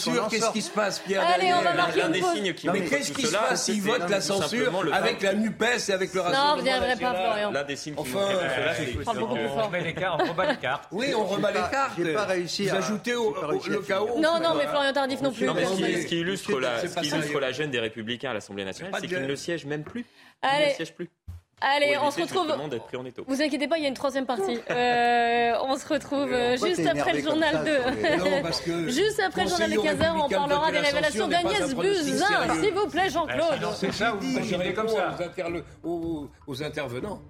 censure, qu'est-ce qui se passe, Pierre?
Allez, on va marquer
L'un
une
des
pause.
signes qui
Non, mais
montre
qu'est-ce
tout
qui se
cela,
passe s'ils
c'est
votent la
tout
censure
simplement le
avec
fait-
la NUPES et avec le
Non, vous
Rassemblement
n'y arriverez pas,
national?
Florian.
L'un des signes qui
Enfin,
montre tout
euh,
cela,
c'est-
c'est
parle beaucoup
que-
plus fort.
On rebat les cartes, on rebat les cartes.
Oui, on rebat les cartes.
J'ai pas réussi
Vous
à-
ajoutez
j'ai
au,
pas
au-
réussi à
le
finir.
chaos.
Non, non,
Voilà.
mais Florian Tardif non plus.
Non, mais ce qui,
personne.
ce qui illustre, la,
c'est
ce
pas
qui
sérieux.
illustre la gêne des Républicains à l'Assemblée nationale,
C'est pas
c'est
de
qu'ils
gêne.
ne siègent même plus. Ils
Allez.
ne siègent plus.
Allez,
Pour
on se
éviter
retrouve.
justement d'être pris en étau.
Vous inquiétez pas, il y a une troisième partie. Euh, on se retrouve euh,
pourquoi
juste
t'es
après le
énervé comme
journal
ça,
de.
Non, parce que
Juste après le journal de
conseiller
quinze heures, on
républicain
parlera
voter
des
la
révélations
censure n'est pas un
d'Agnès
pronostic
Buzyn.
sérieux.
S'il vous plaît, Jean-Claude.
C'est ça, vous
Je
imaginez
réponds
comme ça.
aux, interle- aux- aux intervenants.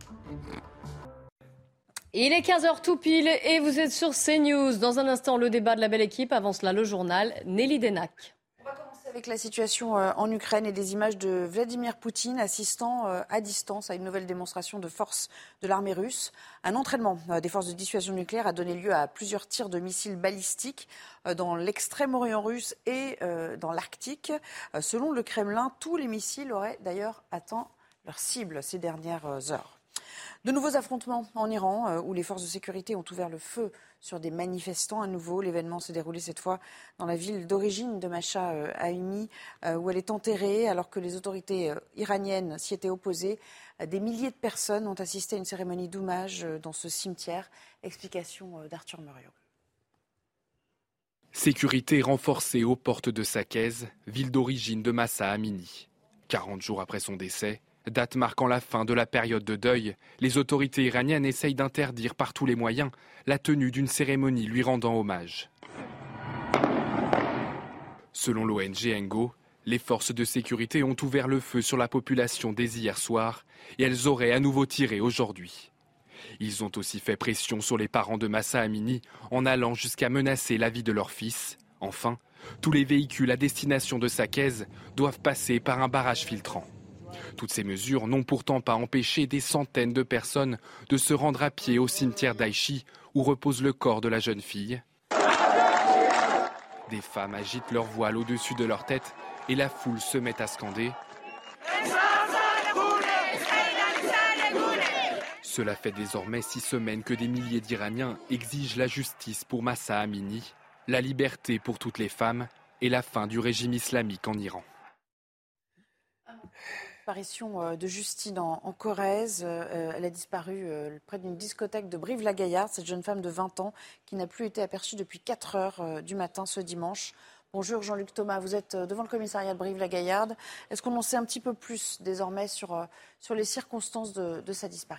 Il est quinze heures tout pile et vous êtes sur CNews. Dans un instant, le débat de la belle équipe. Avant cela, le journal Nelly Denac.
Avec la situation en Ukraine et des images de Vladimir Poutine assistant à distance à une nouvelle démonstration de force de l'armée russe. Un entraînement des forces de dissuasion nucléaire a donné lieu à plusieurs tirs de missiles balistiques dans l'extrême-orient russe et dans l'Arctique. Selon le Kremlin, tous les missiles auraient d'ailleurs atteint leur cible ces dernières heures. De nouveaux affrontements en Iran, où les forces de sécurité ont ouvert le feu sur des manifestants. À nouveau, l'événement s'est déroulé cette fois dans la ville d'origine de Masha Amini, où elle est enterrée, alors que les autorités iraniennes s'y étaient opposées. Des milliers de personnes ont assisté à une cérémonie d'hommage dans ce cimetière. Explication d'Arthur Muriot.
Sécurité renforcée aux portes de Saqqez, ville d'origine de Mahsa Amini. quarante jours après son décès, date marquant la fin de la période de deuil, les autorités iraniennes essayent d'interdire par tous les moyens la tenue d'une cérémonie lui rendant hommage. Selon l'O N G Engo, les forces de sécurité ont ouvert le feu sur la population dès hier soir et elles auraient à nouveau tiré aujourd'hui. Ils ont aussi fait pression sur les parents de Mahsa Amini en allant jusqu'à menacer la vie de leur fils. Enfin, tous les véhicules à destination de Saqqez doivent passer par un barrage filtrant. Toutes ces mesures n'ont pourtant pas empêché des centaines de personnes de se rendre à pied au cimetière d'Aïchi où repose le corps de la jeune fille. Des femmes agitent leur voile au-dessus de leur tête et la foule se met à scander. Cela fait désormais six semaines que des milliers d'Iraniens exigent la justice pour Mahsa Amini, la liberté pour toutes les femmes et la fin du régime islamique en Iran.
Disparition de Justine en, en Corrèze. Euh, elle a disparu euh, près d'une discothèque de Brive-la-Gaillarde. Cette jeune femme de vingt ans qui n'a plus été aperçue depuis quatre heures euh, du matin ce dimanche. Bonjour Jean-Luc Thomas, vous êtes devant le commissariat de Brive-la-Gaillarde. Est-ce qu'on en sait un petit peu plus désormais sur, euh, sur les circonstances de, de sa disparition ?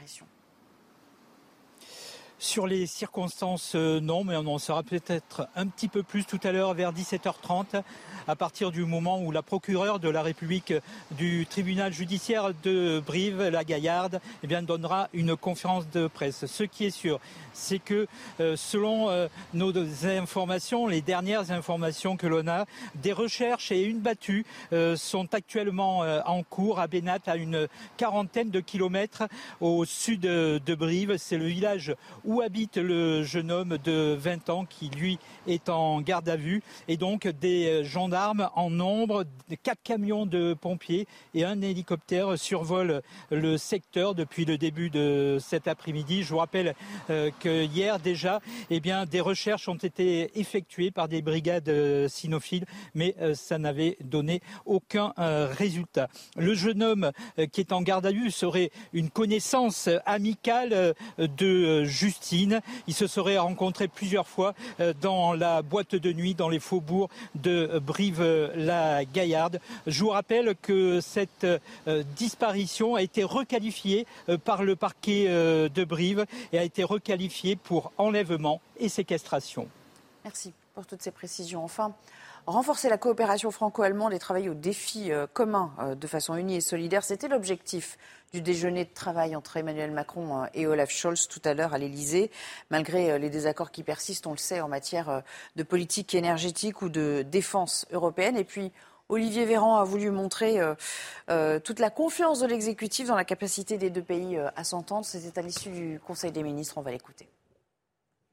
Sur les circonstances, euh, non, mais on en saura peut-être un petit peu plus tout à l'heure vers dix-sept heures trente, à partir du moment où la procureure de la République du tribunal judiciaire de Brive-la-Gaillarde eh bien, donnera une conférence de presse. Ce qui est sûr, c'est que euh, selon euh, nos informations, les dernières informations que l'on a, des recherches et une battue euh, sont actuellement euh, en cours à Bénat, à une quarantaine de kilomètres au sud de, de Brive. C'est le village où où habite le jeune homme de vingt ans qui, lui, est en garde à vue. Et donc, des gendarmes en nombre, quatre camions de pompiers et un hélicoptère survolent le secteur depuis le début de cet après-midi. Je vous rappelle euh, que hier, déjà, eh bien, des recherches ont été effectuées par des brigades euh, cynophiles, mais euh, ça n'avait donné aucun euh, résultat. Le jeune homme euh, qui est en garde à vue serait une connaissance amicale euh, de Justine. Ils se seraient rencontrés plusieurs fois dans la boîte de nuit dans les faubourgs de Brive-la-Gaillarde. Je vous rappelle que cette disparition a été requalifiée par le parquet de Brive et a été requalifiée pour enlèvement et séquestration.
Merci pour toutes ces précisions. Enfin, renforcer la coopération franco-allemande et travailler aux défis communs de façon unie et solidaire, c'était l'objectif du déjeuner de travail entre Emmanuel Macron et Olaf Scholz tout à l'heure à l'Elysée. Malgré les désaccords qui persistent, on le sait, en matière de politique énergétique ou de défense européenne. Et puis, Olivier Véran a voulu montrer euh, euh, toute la confiance de l'exécutif dans la capacité des deux pays euh, à s'entendre. C'était à l'issue du Conseil des ministres. On va l'écouter.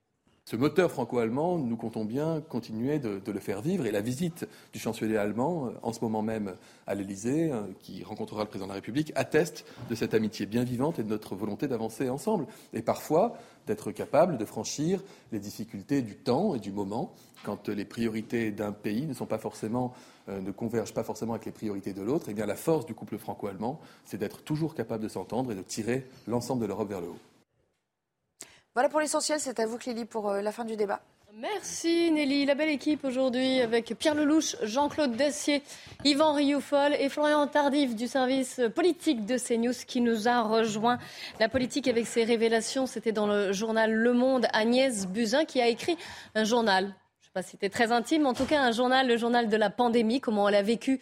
Ce moteur franco-allemand, nous comptons bien continuer de, de le faire vivre. Et la visite du chancelier allemand, en ce moment même à l'Élysée, qui rencontrera le président de la République, atteste de cette amitié bien vivante et de notre volonté d'avancer ensemble. Et parfois, d'être capable de franchir les difficultés du temps et du moment, quand les priorités d'un pays ne sont pas forcément, euh, ne convergent pas forcément avec les priorités de l'autre. Eh bien, la force du couple franco-allemand, c'est d'être toujours capable de s'entendre et de tirer l'ensemble de l'Europe vers le haut.
Voilà pour l'essentiel, c'est à vous Clélie pour la fin du débat.
Merci Nelly. La belle équipe aujourd'hui avec Pierre Lelouch, Jean-Claude Dacier, Yvan Rioufol et Florian Tardif du service politique de CNews qui nous a rejoint. La politique avec ses révélations, c'était dans le journal Le Monde. Agnès Buzyn qui a écrit un journal. Je ne sais pas si c'était très intime, mais en tout cas un journal, le journal de la pandémie, comment elle a vécu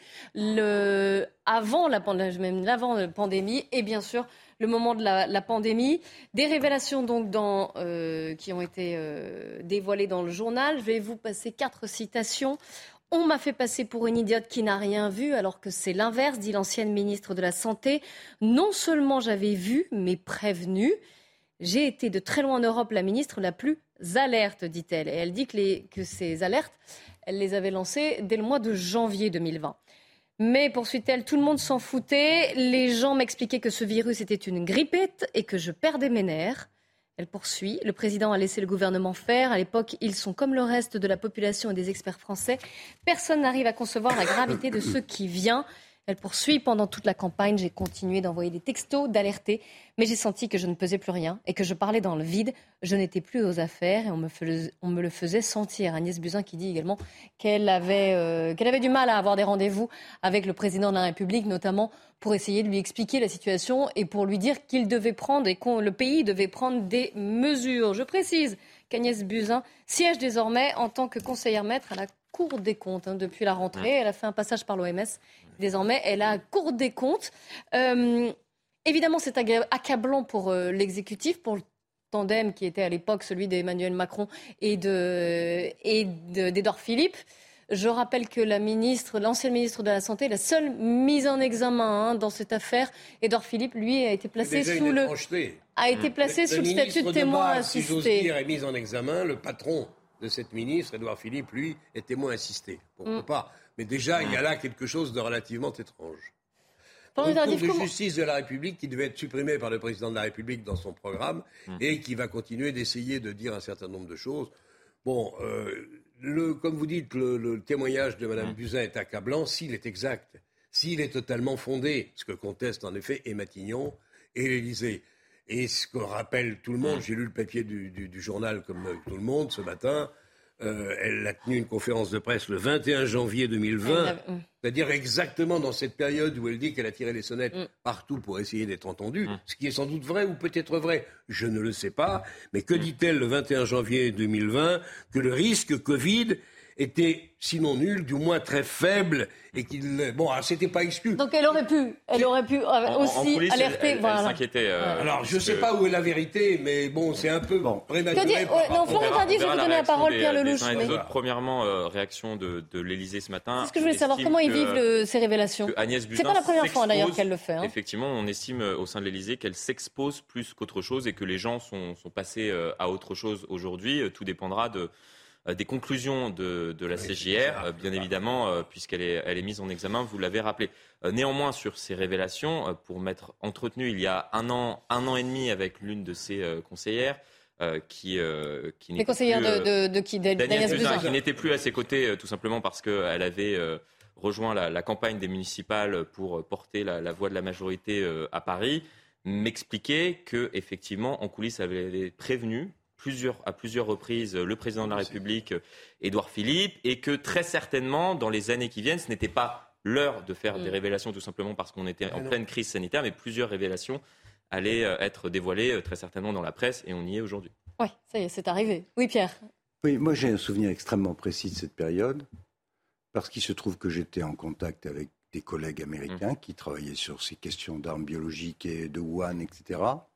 le... avant la pandémie, même l'avant la pandémie et bien sûr le moment de la, la pandémie. Des révélations donc dans, euh, qui ont été euh, dévoilées dans le journal. Je vais vous passer quatre citations. « On m'a fait passer pour une idiote qui n'a rien vu, alors que c'est l'inverse, dit l'ancienne ministre de la Santé. Non seulement j'avais vu, mais prévenu. J'ai été de très loin en Europe la ministre la plus alerte, dit-elle. » Et elle dit que, les, que ces alertes, elle les avait lancées dès le mois de janvier deux mille vingt. Mais, poursuit-elle, tout le monde s'en foutait. Les gens m'expliquaient que ce virus était une grippette et que je perdais mes nerfs. Elle poursuit. Le président a laissé le gouvernement faire. À l'époque, ils sont comme le reste de la population et des experts français. Personne n'arrive à concevoir la gravité de ce qui vient. Elle poursuit. Pendant toute la campagne, j'ai continué d'envoyer des textos, d'alerter. Mais j'ai senti que je ne pesais plus rien et que je parlais dans le vide. Je n'étais plus aux affaires et on me, faisait, on me le faisait sentir. Agnès Buzyn qui dit également qu'elle avait, euh, qu'elle avait du mal à avoir des rendez-vous avec le président de la République, notamment pour essayer de lui expliquer la situation et pour lui dire qu'il devait prendre et que le pays devait prendre des mesures. Je précise qu'Agnès Buzyn siège désormais en tant que conseillère maître à la Cour des comptes hein, depuis la rentrée. Elle a fait un passage par l'O M S. Désormais, elle a Cour des comptes. Euh, évidemment, c'est accablant pour euh, l'exécutif, pour le tandem qui était à l'époque celui d'Emmanuel Macron et, de, et de, d'Édouard Philippe. Je rappelle que la ministre, l'ancienne ministre de la Santé, la seule mise en examen hein, dans cette affaire, Édouard Philippe, lui, a été placé sous le, a été placé mmh. sous le, le statut de témoin
base,
assisté.
Si j'ose dire, est mis en examen. Le patron de cette ministre, Édouard Philippe, lui, est témoin assisté. Pourquoi mmh. pas ? Mais déjà, il y a là quelque chose de relativement étrange. Une Cour de comment... justice de la République qui devait être supprimée par le président de la République dans son programme mmh. et qui va continuer d'essayer de dire un certain nombre de choses. Bon, euh, le, comme vous dites, le, le témoignage de Mme mmh. Buzyn est accablant s'il est exact, s'il est totalement fondé, ce que contestent en effet et Matignon et l'Élysée. Et ce que rappelle tout le monde, mmh. j'ai lu le papier du, du, du journal comme tout le monde ce matin, euh, elle a tenu une conférence de presse le vingt et un janvier deux mille vingt, mmh. c'est-à-dire exactement dans cette période où elle dit qu'elle a tiré les sonnettes mmh. partout pour essayer d'être entendue, mmh. ce qui est sans doute vrai ou peut-être vrai, je ne le sais pas, mais que dit-elle le vingt et un janvier deux mille vingt ? Que le risque Covid était sinon nul, du moins très faible, et qu'il... Bon, alors, c'était pas exclu.
Donc elle aurait pu, elle aurait pu euh,
en,
aussi
en coulisses,
alerter...
Elle, elle,
voilà.
elle s'inquiétait. Euh,
alors, je sais que... pas où est la vérité, mais bon, c'est un peu bon. prématuré.
Que dire ouais, non, Florian Tardif, je vais vous donner la parole,
des,
Pierre Lelouch.
Des mais... autres, premièrement, euh, réaction de, de l'Élysée ce matin.
C'est ce que je voulais savoir, comment ils vivent le, ces révélations. C'est pas la première fois, d'ailleurs, qu'elle le fait. Hein.
Effectivement, on estime au sein de l'Élysée qu'elle s'expose plus qu'autre chose et que les gens sont, sont passés à autre chose aujourd'hui. Tout dépendra de... des conclusions de, de la C J R, bien évidemment, euh, puisqu'elle est, elle est mise en examen, vous l'avez rappelé. Euh, néanmoins, sur ces révélations, euh, pour m'être entretenu il y a un an, un an et demi avec l'une de ses euh, conseillères, euh, qui, euh, qui
Les conseillères
plus,
de, de, de qui
d'Agnès Buzyn, qui n'était plus à ses côtés, euh, tout simplement parce qu'elle avait euh, rejoint la, la campagne des municipales pour porter la, la voix de la majorité euh, à Paris, m'expliquait qu'effectivement, en coulisses, elle avait prévenu Plusieurs, à plusieurs reprises le président de la République, Édouard Philippe, et que très certainement, dans les années qui viennent, ce n'était pas l'heure de faire mmh. des révélations, tout simplement parce qu'on était en pleine crise sanitaire, mais plusieurs révélations allaient être dévoilées très certainement dans la presse, et on y est aujourd'hui.
Oui, ça y est, c'est arrivé. Oui, Pierre.
Oui, moi j'ai un souvenir extrêmement précis de cette période, parce qu'il se trouve que j'étais en contact avec des collègues américains mmh. qui travaillaient sur ces questions d'armes biologiques et de Wuhan, et cetera,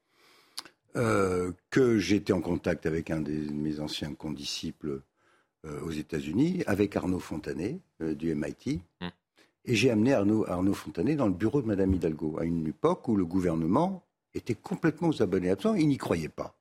Euh, que j'étais en contact avec un de mes anciens condisciples euh, aux États-Unis, avec Arnaud Fontanet euh, du M I T. Mmh. Et j'ai amené Arnaud, Arnaud Fontanet dans le bureau de Mme Hidalgo, à une époque où le gouvernement était complètement aux abonnés absents, il n'y croyait pas.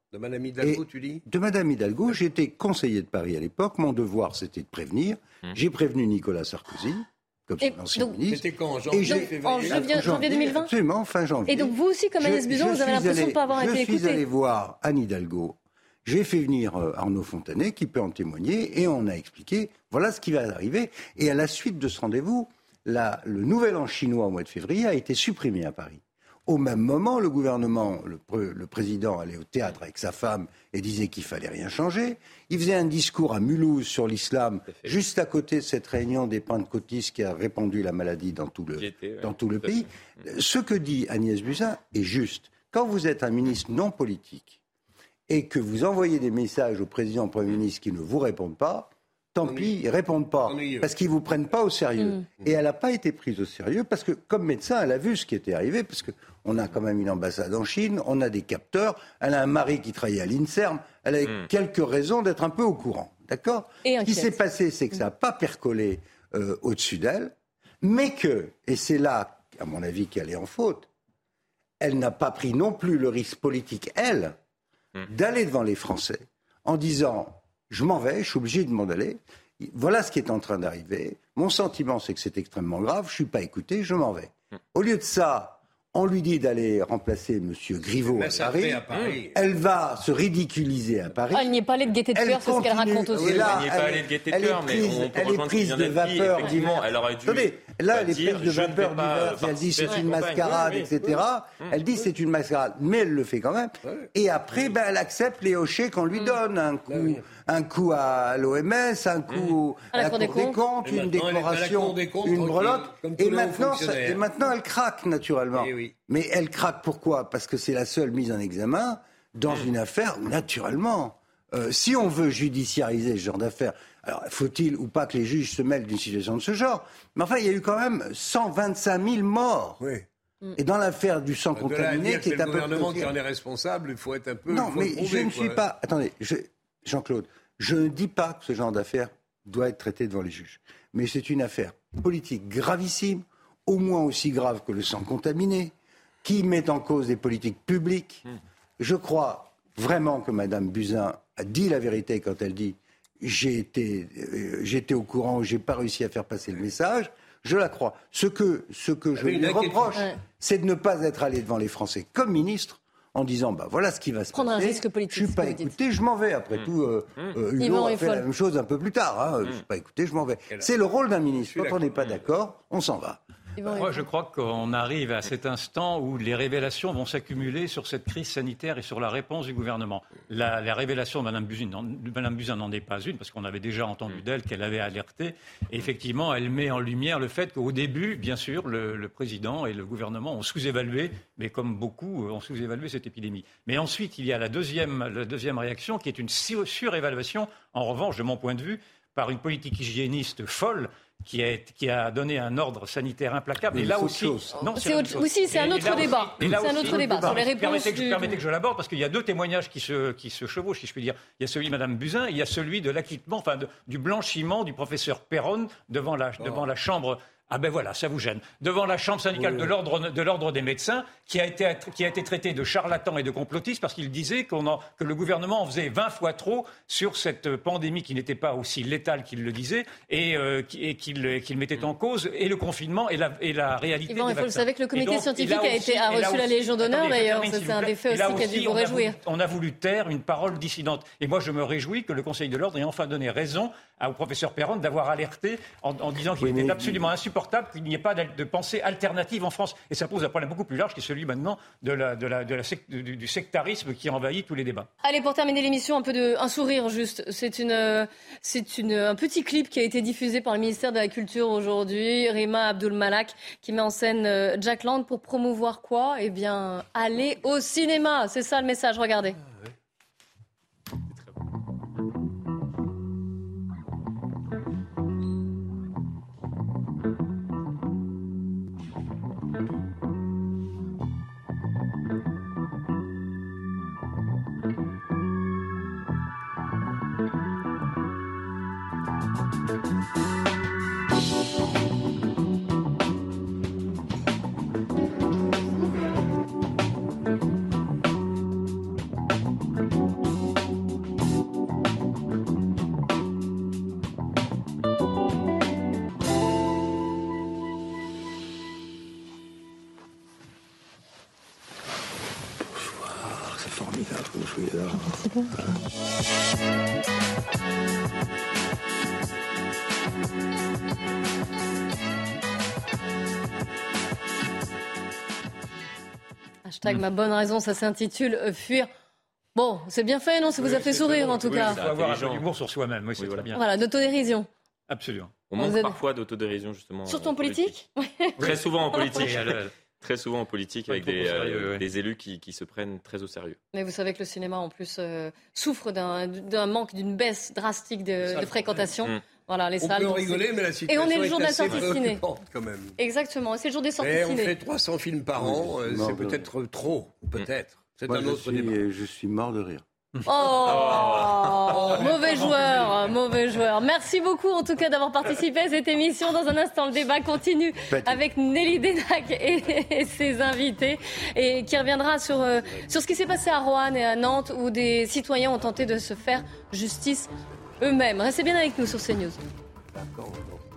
De Madame Hidalgo,
Et
tu dis
De Madame Hidalgo, j'étais conseiller de Paris à l'époque. Mon devoir, c'était de prévenir. Mmh. J'ai prévenu Nicolas Sarkozy, comme son ancien ministre.
C'était quand, en janvier,
donc, en janvier, janvier deux mille vingt
Absolument, fin janvier.
Et donc vous aussi, comme Agnès Buzyn, vous avez l'impression de ne pas avoir été écouté.
Je suis allé voir Anne Hidalgo. J'ai fait venir Arnaud Fontanet, qui peut en témoigner, et on a expliqué, voilà ce qui va arriver. Et à la suite de ce rendez-vous, la, le nouvel an chinois au mois de février a été supprimé à Paris. Au même moment, le gouvernement, le, le président allait au théâtre avec sa femme et disait qu'il fallait rien changer. Il faisait un discours à Mulhouse sur l'islam, juste à côté de cette réunion des pentecôtistes qui a répandu la maladie dans tout le, été, ouais, dans tout le pays. Fait. Ce que dit Agnès Buzyn est juste. Quand vous êtes un ministre non politique et que vous envoyez des messages au président, au Premier ministre qui ne vous répondent pas, tant pis, ils ne répondent pas, parce qu'ils ne vous prennent pas au sérieux. Mmh. Et elle n'a pas été prise au sérieux, parce que comme médecin, elle a vu ce qui était arrivé, parce qu'on a quand même une ambassade en Chine, on a des capteurs, elle a un mari qui travaillait à l'INSERM, elle a mmh. quelques raisons d'être un peu au courant, d'accord ? Ce qui s'est passé, c'est que ça n'a pas percolé euh, au-dessus d'elle, mais que, et c'est là, à mon avis, qu'elle est en faute, elle n'a pas pris non plus le risque politique, elle, mmh. d'aller devant les Français en disant... Je m'en vais, je suis obligé de m'en aller. Voilà ce qui est en train d'arriver. Mon sentiment, c'est que c'est extrêmement grave. Je ne suis pas écouté, je m'en vais. Au lieu de ça, on lui dit d'aller remplacer M. Griveaux à Paris. à Paris. Elle va se ridiculiser à Paris.
Ah, elle n'y est pas allée de gaieté de cœur, c'est ce qu'elle raconte aussi.
Là, elle n'y est pas allée de gaieté de cœur, mais on peut rejoindre ce qui vient d'être dit. Effectivement, elle aurait dû...
Attendez, là, elle est prise de vapeur divers. Elle dit c'est une mascarade, et cetera. Elle dit c'est une mascarade, mais elle le fait quand même. Et après, ben, elle accepte les hochets qu'on lui donne. Un coup, un coup à l'O M S, un coup à la Cour des comptes, une décoration, une breloque. Et maintenant, et maintenant, elle craque naturellement. Mais elle craque pourquoi ? Parce que c'est la seule mise en examen dans une affaire, naturellement. Euh, si on veut judiciariser ce genre d'affaires, alors faut-il ou pas que les juges se mêlent d'une situation de ce genre ? Mais enfin, il y a eu quand même cent vingt-cinq mille morts. Oui. Et dans l'affaire du sang contaminé, qui est, est un peu...
le gouvernement qui en est responsable, il faut être un peu...
Non, mais prouver, je ne suis quoi. pas... Attendez, je... Jean-Claude, je ne dis pas que ce genre d'affaire doit être traité devant les juges. Mais c'est une affaire politique gravissime, au moins aussi grave que le sang contaminé, qui met en cause des politiques publiques. Mmh. Je crois vraiment que Mme Buzyn a dit la vérité quand elle dit « j'ai été, euh, j'étais au courant, j'ai pas réussi à faire passer le message ». Je la crois. Ce que, ce que je lui reproche, ouais. c'est de ne pas être allé devant les Français comme ministre en disant bah, voilà ce qui va se
Prendre
passer.
Un risque politique,
je ne suis pas écouté, je m'en vais. Après mmh. tout, euh, mmh. euh, Hulot a fait folle. la même chose un peu plus tard. Hein. Mmh. Je ne suis pas écouté, je m'en vais. C'est le rôle d'un ministre. Quand on n'est pas d'accord, on s'en va.
Moi, je crois qu'on arrive à cet instant où les révélations vont s'accumuler sur cette crise sanitaire et sur la réponse du gouvernement. La, la révélation de Mme Buzyn n'en est pas une, parce qu'on avait déjà entendu d'elle qu'elle avait alerté. Et effectivement, elle met en lumière le fait qu'au début, bien sûr, le, le président et le gouvernement ont sous-évalué, mais comme beaucoup, ont sous-évalué cette épidémie. Mais ensuite, il y a la deuxième, la deuxième réaction, qui est une surévaluation, en revanche, de mon point de vue, par une politique hygiéniste folle, Qui a, qui a donné un ordre sanitaire implacable.
Mais
et là aussi,
non, c'est, c'est aussi c'est un autre débat.
C'est
un autre débat sur les réponses.
Permettez que,
du...
permettez que je l'aborde parce qu'il y a deux témoignages qui se, qui se chevauchent, si je puis dire. Il y a celui de Mme Buzyn, et il y a celui de l'acquittement, enfin de, du blanchiment du professeur Perron devant la, oh. devant la chambre. Ah ben voilà, ça vous gêne. Devant la chambre syndicale oui, oui. de l'ordre de l'ordre des médecins, qui a été qui a été traité de charlatan et de complotiste parce qu'il disait qu'on en, que le gouvernement en faisait vingt fois trop sur cette pandémie qui n'était pas aussi létale qu'il le disait et, euh, et qu'il, qu'il mettait en cause et le confinement et la, et la réalité.
Yvan, il faut le savoir que le comité donc, scientifique a, aussi, été, a reçu la Légion d'honneur attendez, d'ailleurs. Ça, c'est un des faits aussi qui a dû vous réjouir.
On a, voulu, on a voulu taire une parole dissidente. Et moi, je me réjouis que le Conseil de l'ordre ait enfin donné raison au professeur Perron d'avoir alerté en, en disant qu'il oui, était absolument insupportable qu'il n'y ait pas de pensée alternative en France. Et ça pose un problème beaucoup plus large qui est celui maintenant de la, de la, de la sect, du, du sectarisme qui envahit tous les débats.
Allez, pour terminer l'émission, un peu de un sourire juste. C'est, une, c'est une, un petit clip qui a été diffusé par le ministère de la Culture aujourd'hui. Rima Abdul-Malak qui met en scène Jack Lang pour promouvoir quoi ? Eh bien, aller au cinéma. C'est ça le message, regardez. Ah, ouais.
Thank you.
Hashtag ma bonne raison, ça s'intitule euh, Fuir. Bon, c'est bien fait, non? Ça vous oui, a fait sourire, bon. en tout
oui,
cas.
Il faut avoir un peu d'humour sur soi-même, oui, c'est
oui,
très bien.
Voilà, d'autodérision.
Absolument.
On manque êtes... parfois d'autodérision, justement.
Surtout en politique, politique.
Très souvent en politique. Très souvent en politique, avec des, sérieux, euh, ouais. des élus qui, qui se prennent très au sérieux.
Mais vous savez que le cinéma, en plus, euh, souffre d'un, d'un manque, d'une baisse drastique de, de fréquentation. Mmh. Voilà, les
on
salles.
peut en rigoler, mais la situation
et on est le
est
jour de la sortie ciné.
Quand même.
Exactement, c'est le jour des sorties
mais
ciné.
On fait trois cents films par oui, an, euh, c'est peut-être trop, peut-être. C'est
Moi,
un
je
autre
suis,
débat.
Je suis mort de rire.
Oh, mauvais joueur, mauvais joueur. Merci beaucoup en tout cas d'avoir participé à cette émission. Dans un instant, le débat continue avec Nelly Denac et ses invités et qui reviendra sur, euh, sur ce qui s'est passé à Roanne et à Nantes où des citoyens ont tenté de se faire justice eux-mêmes. Restez bien avec nous sur CNews.
D'accord.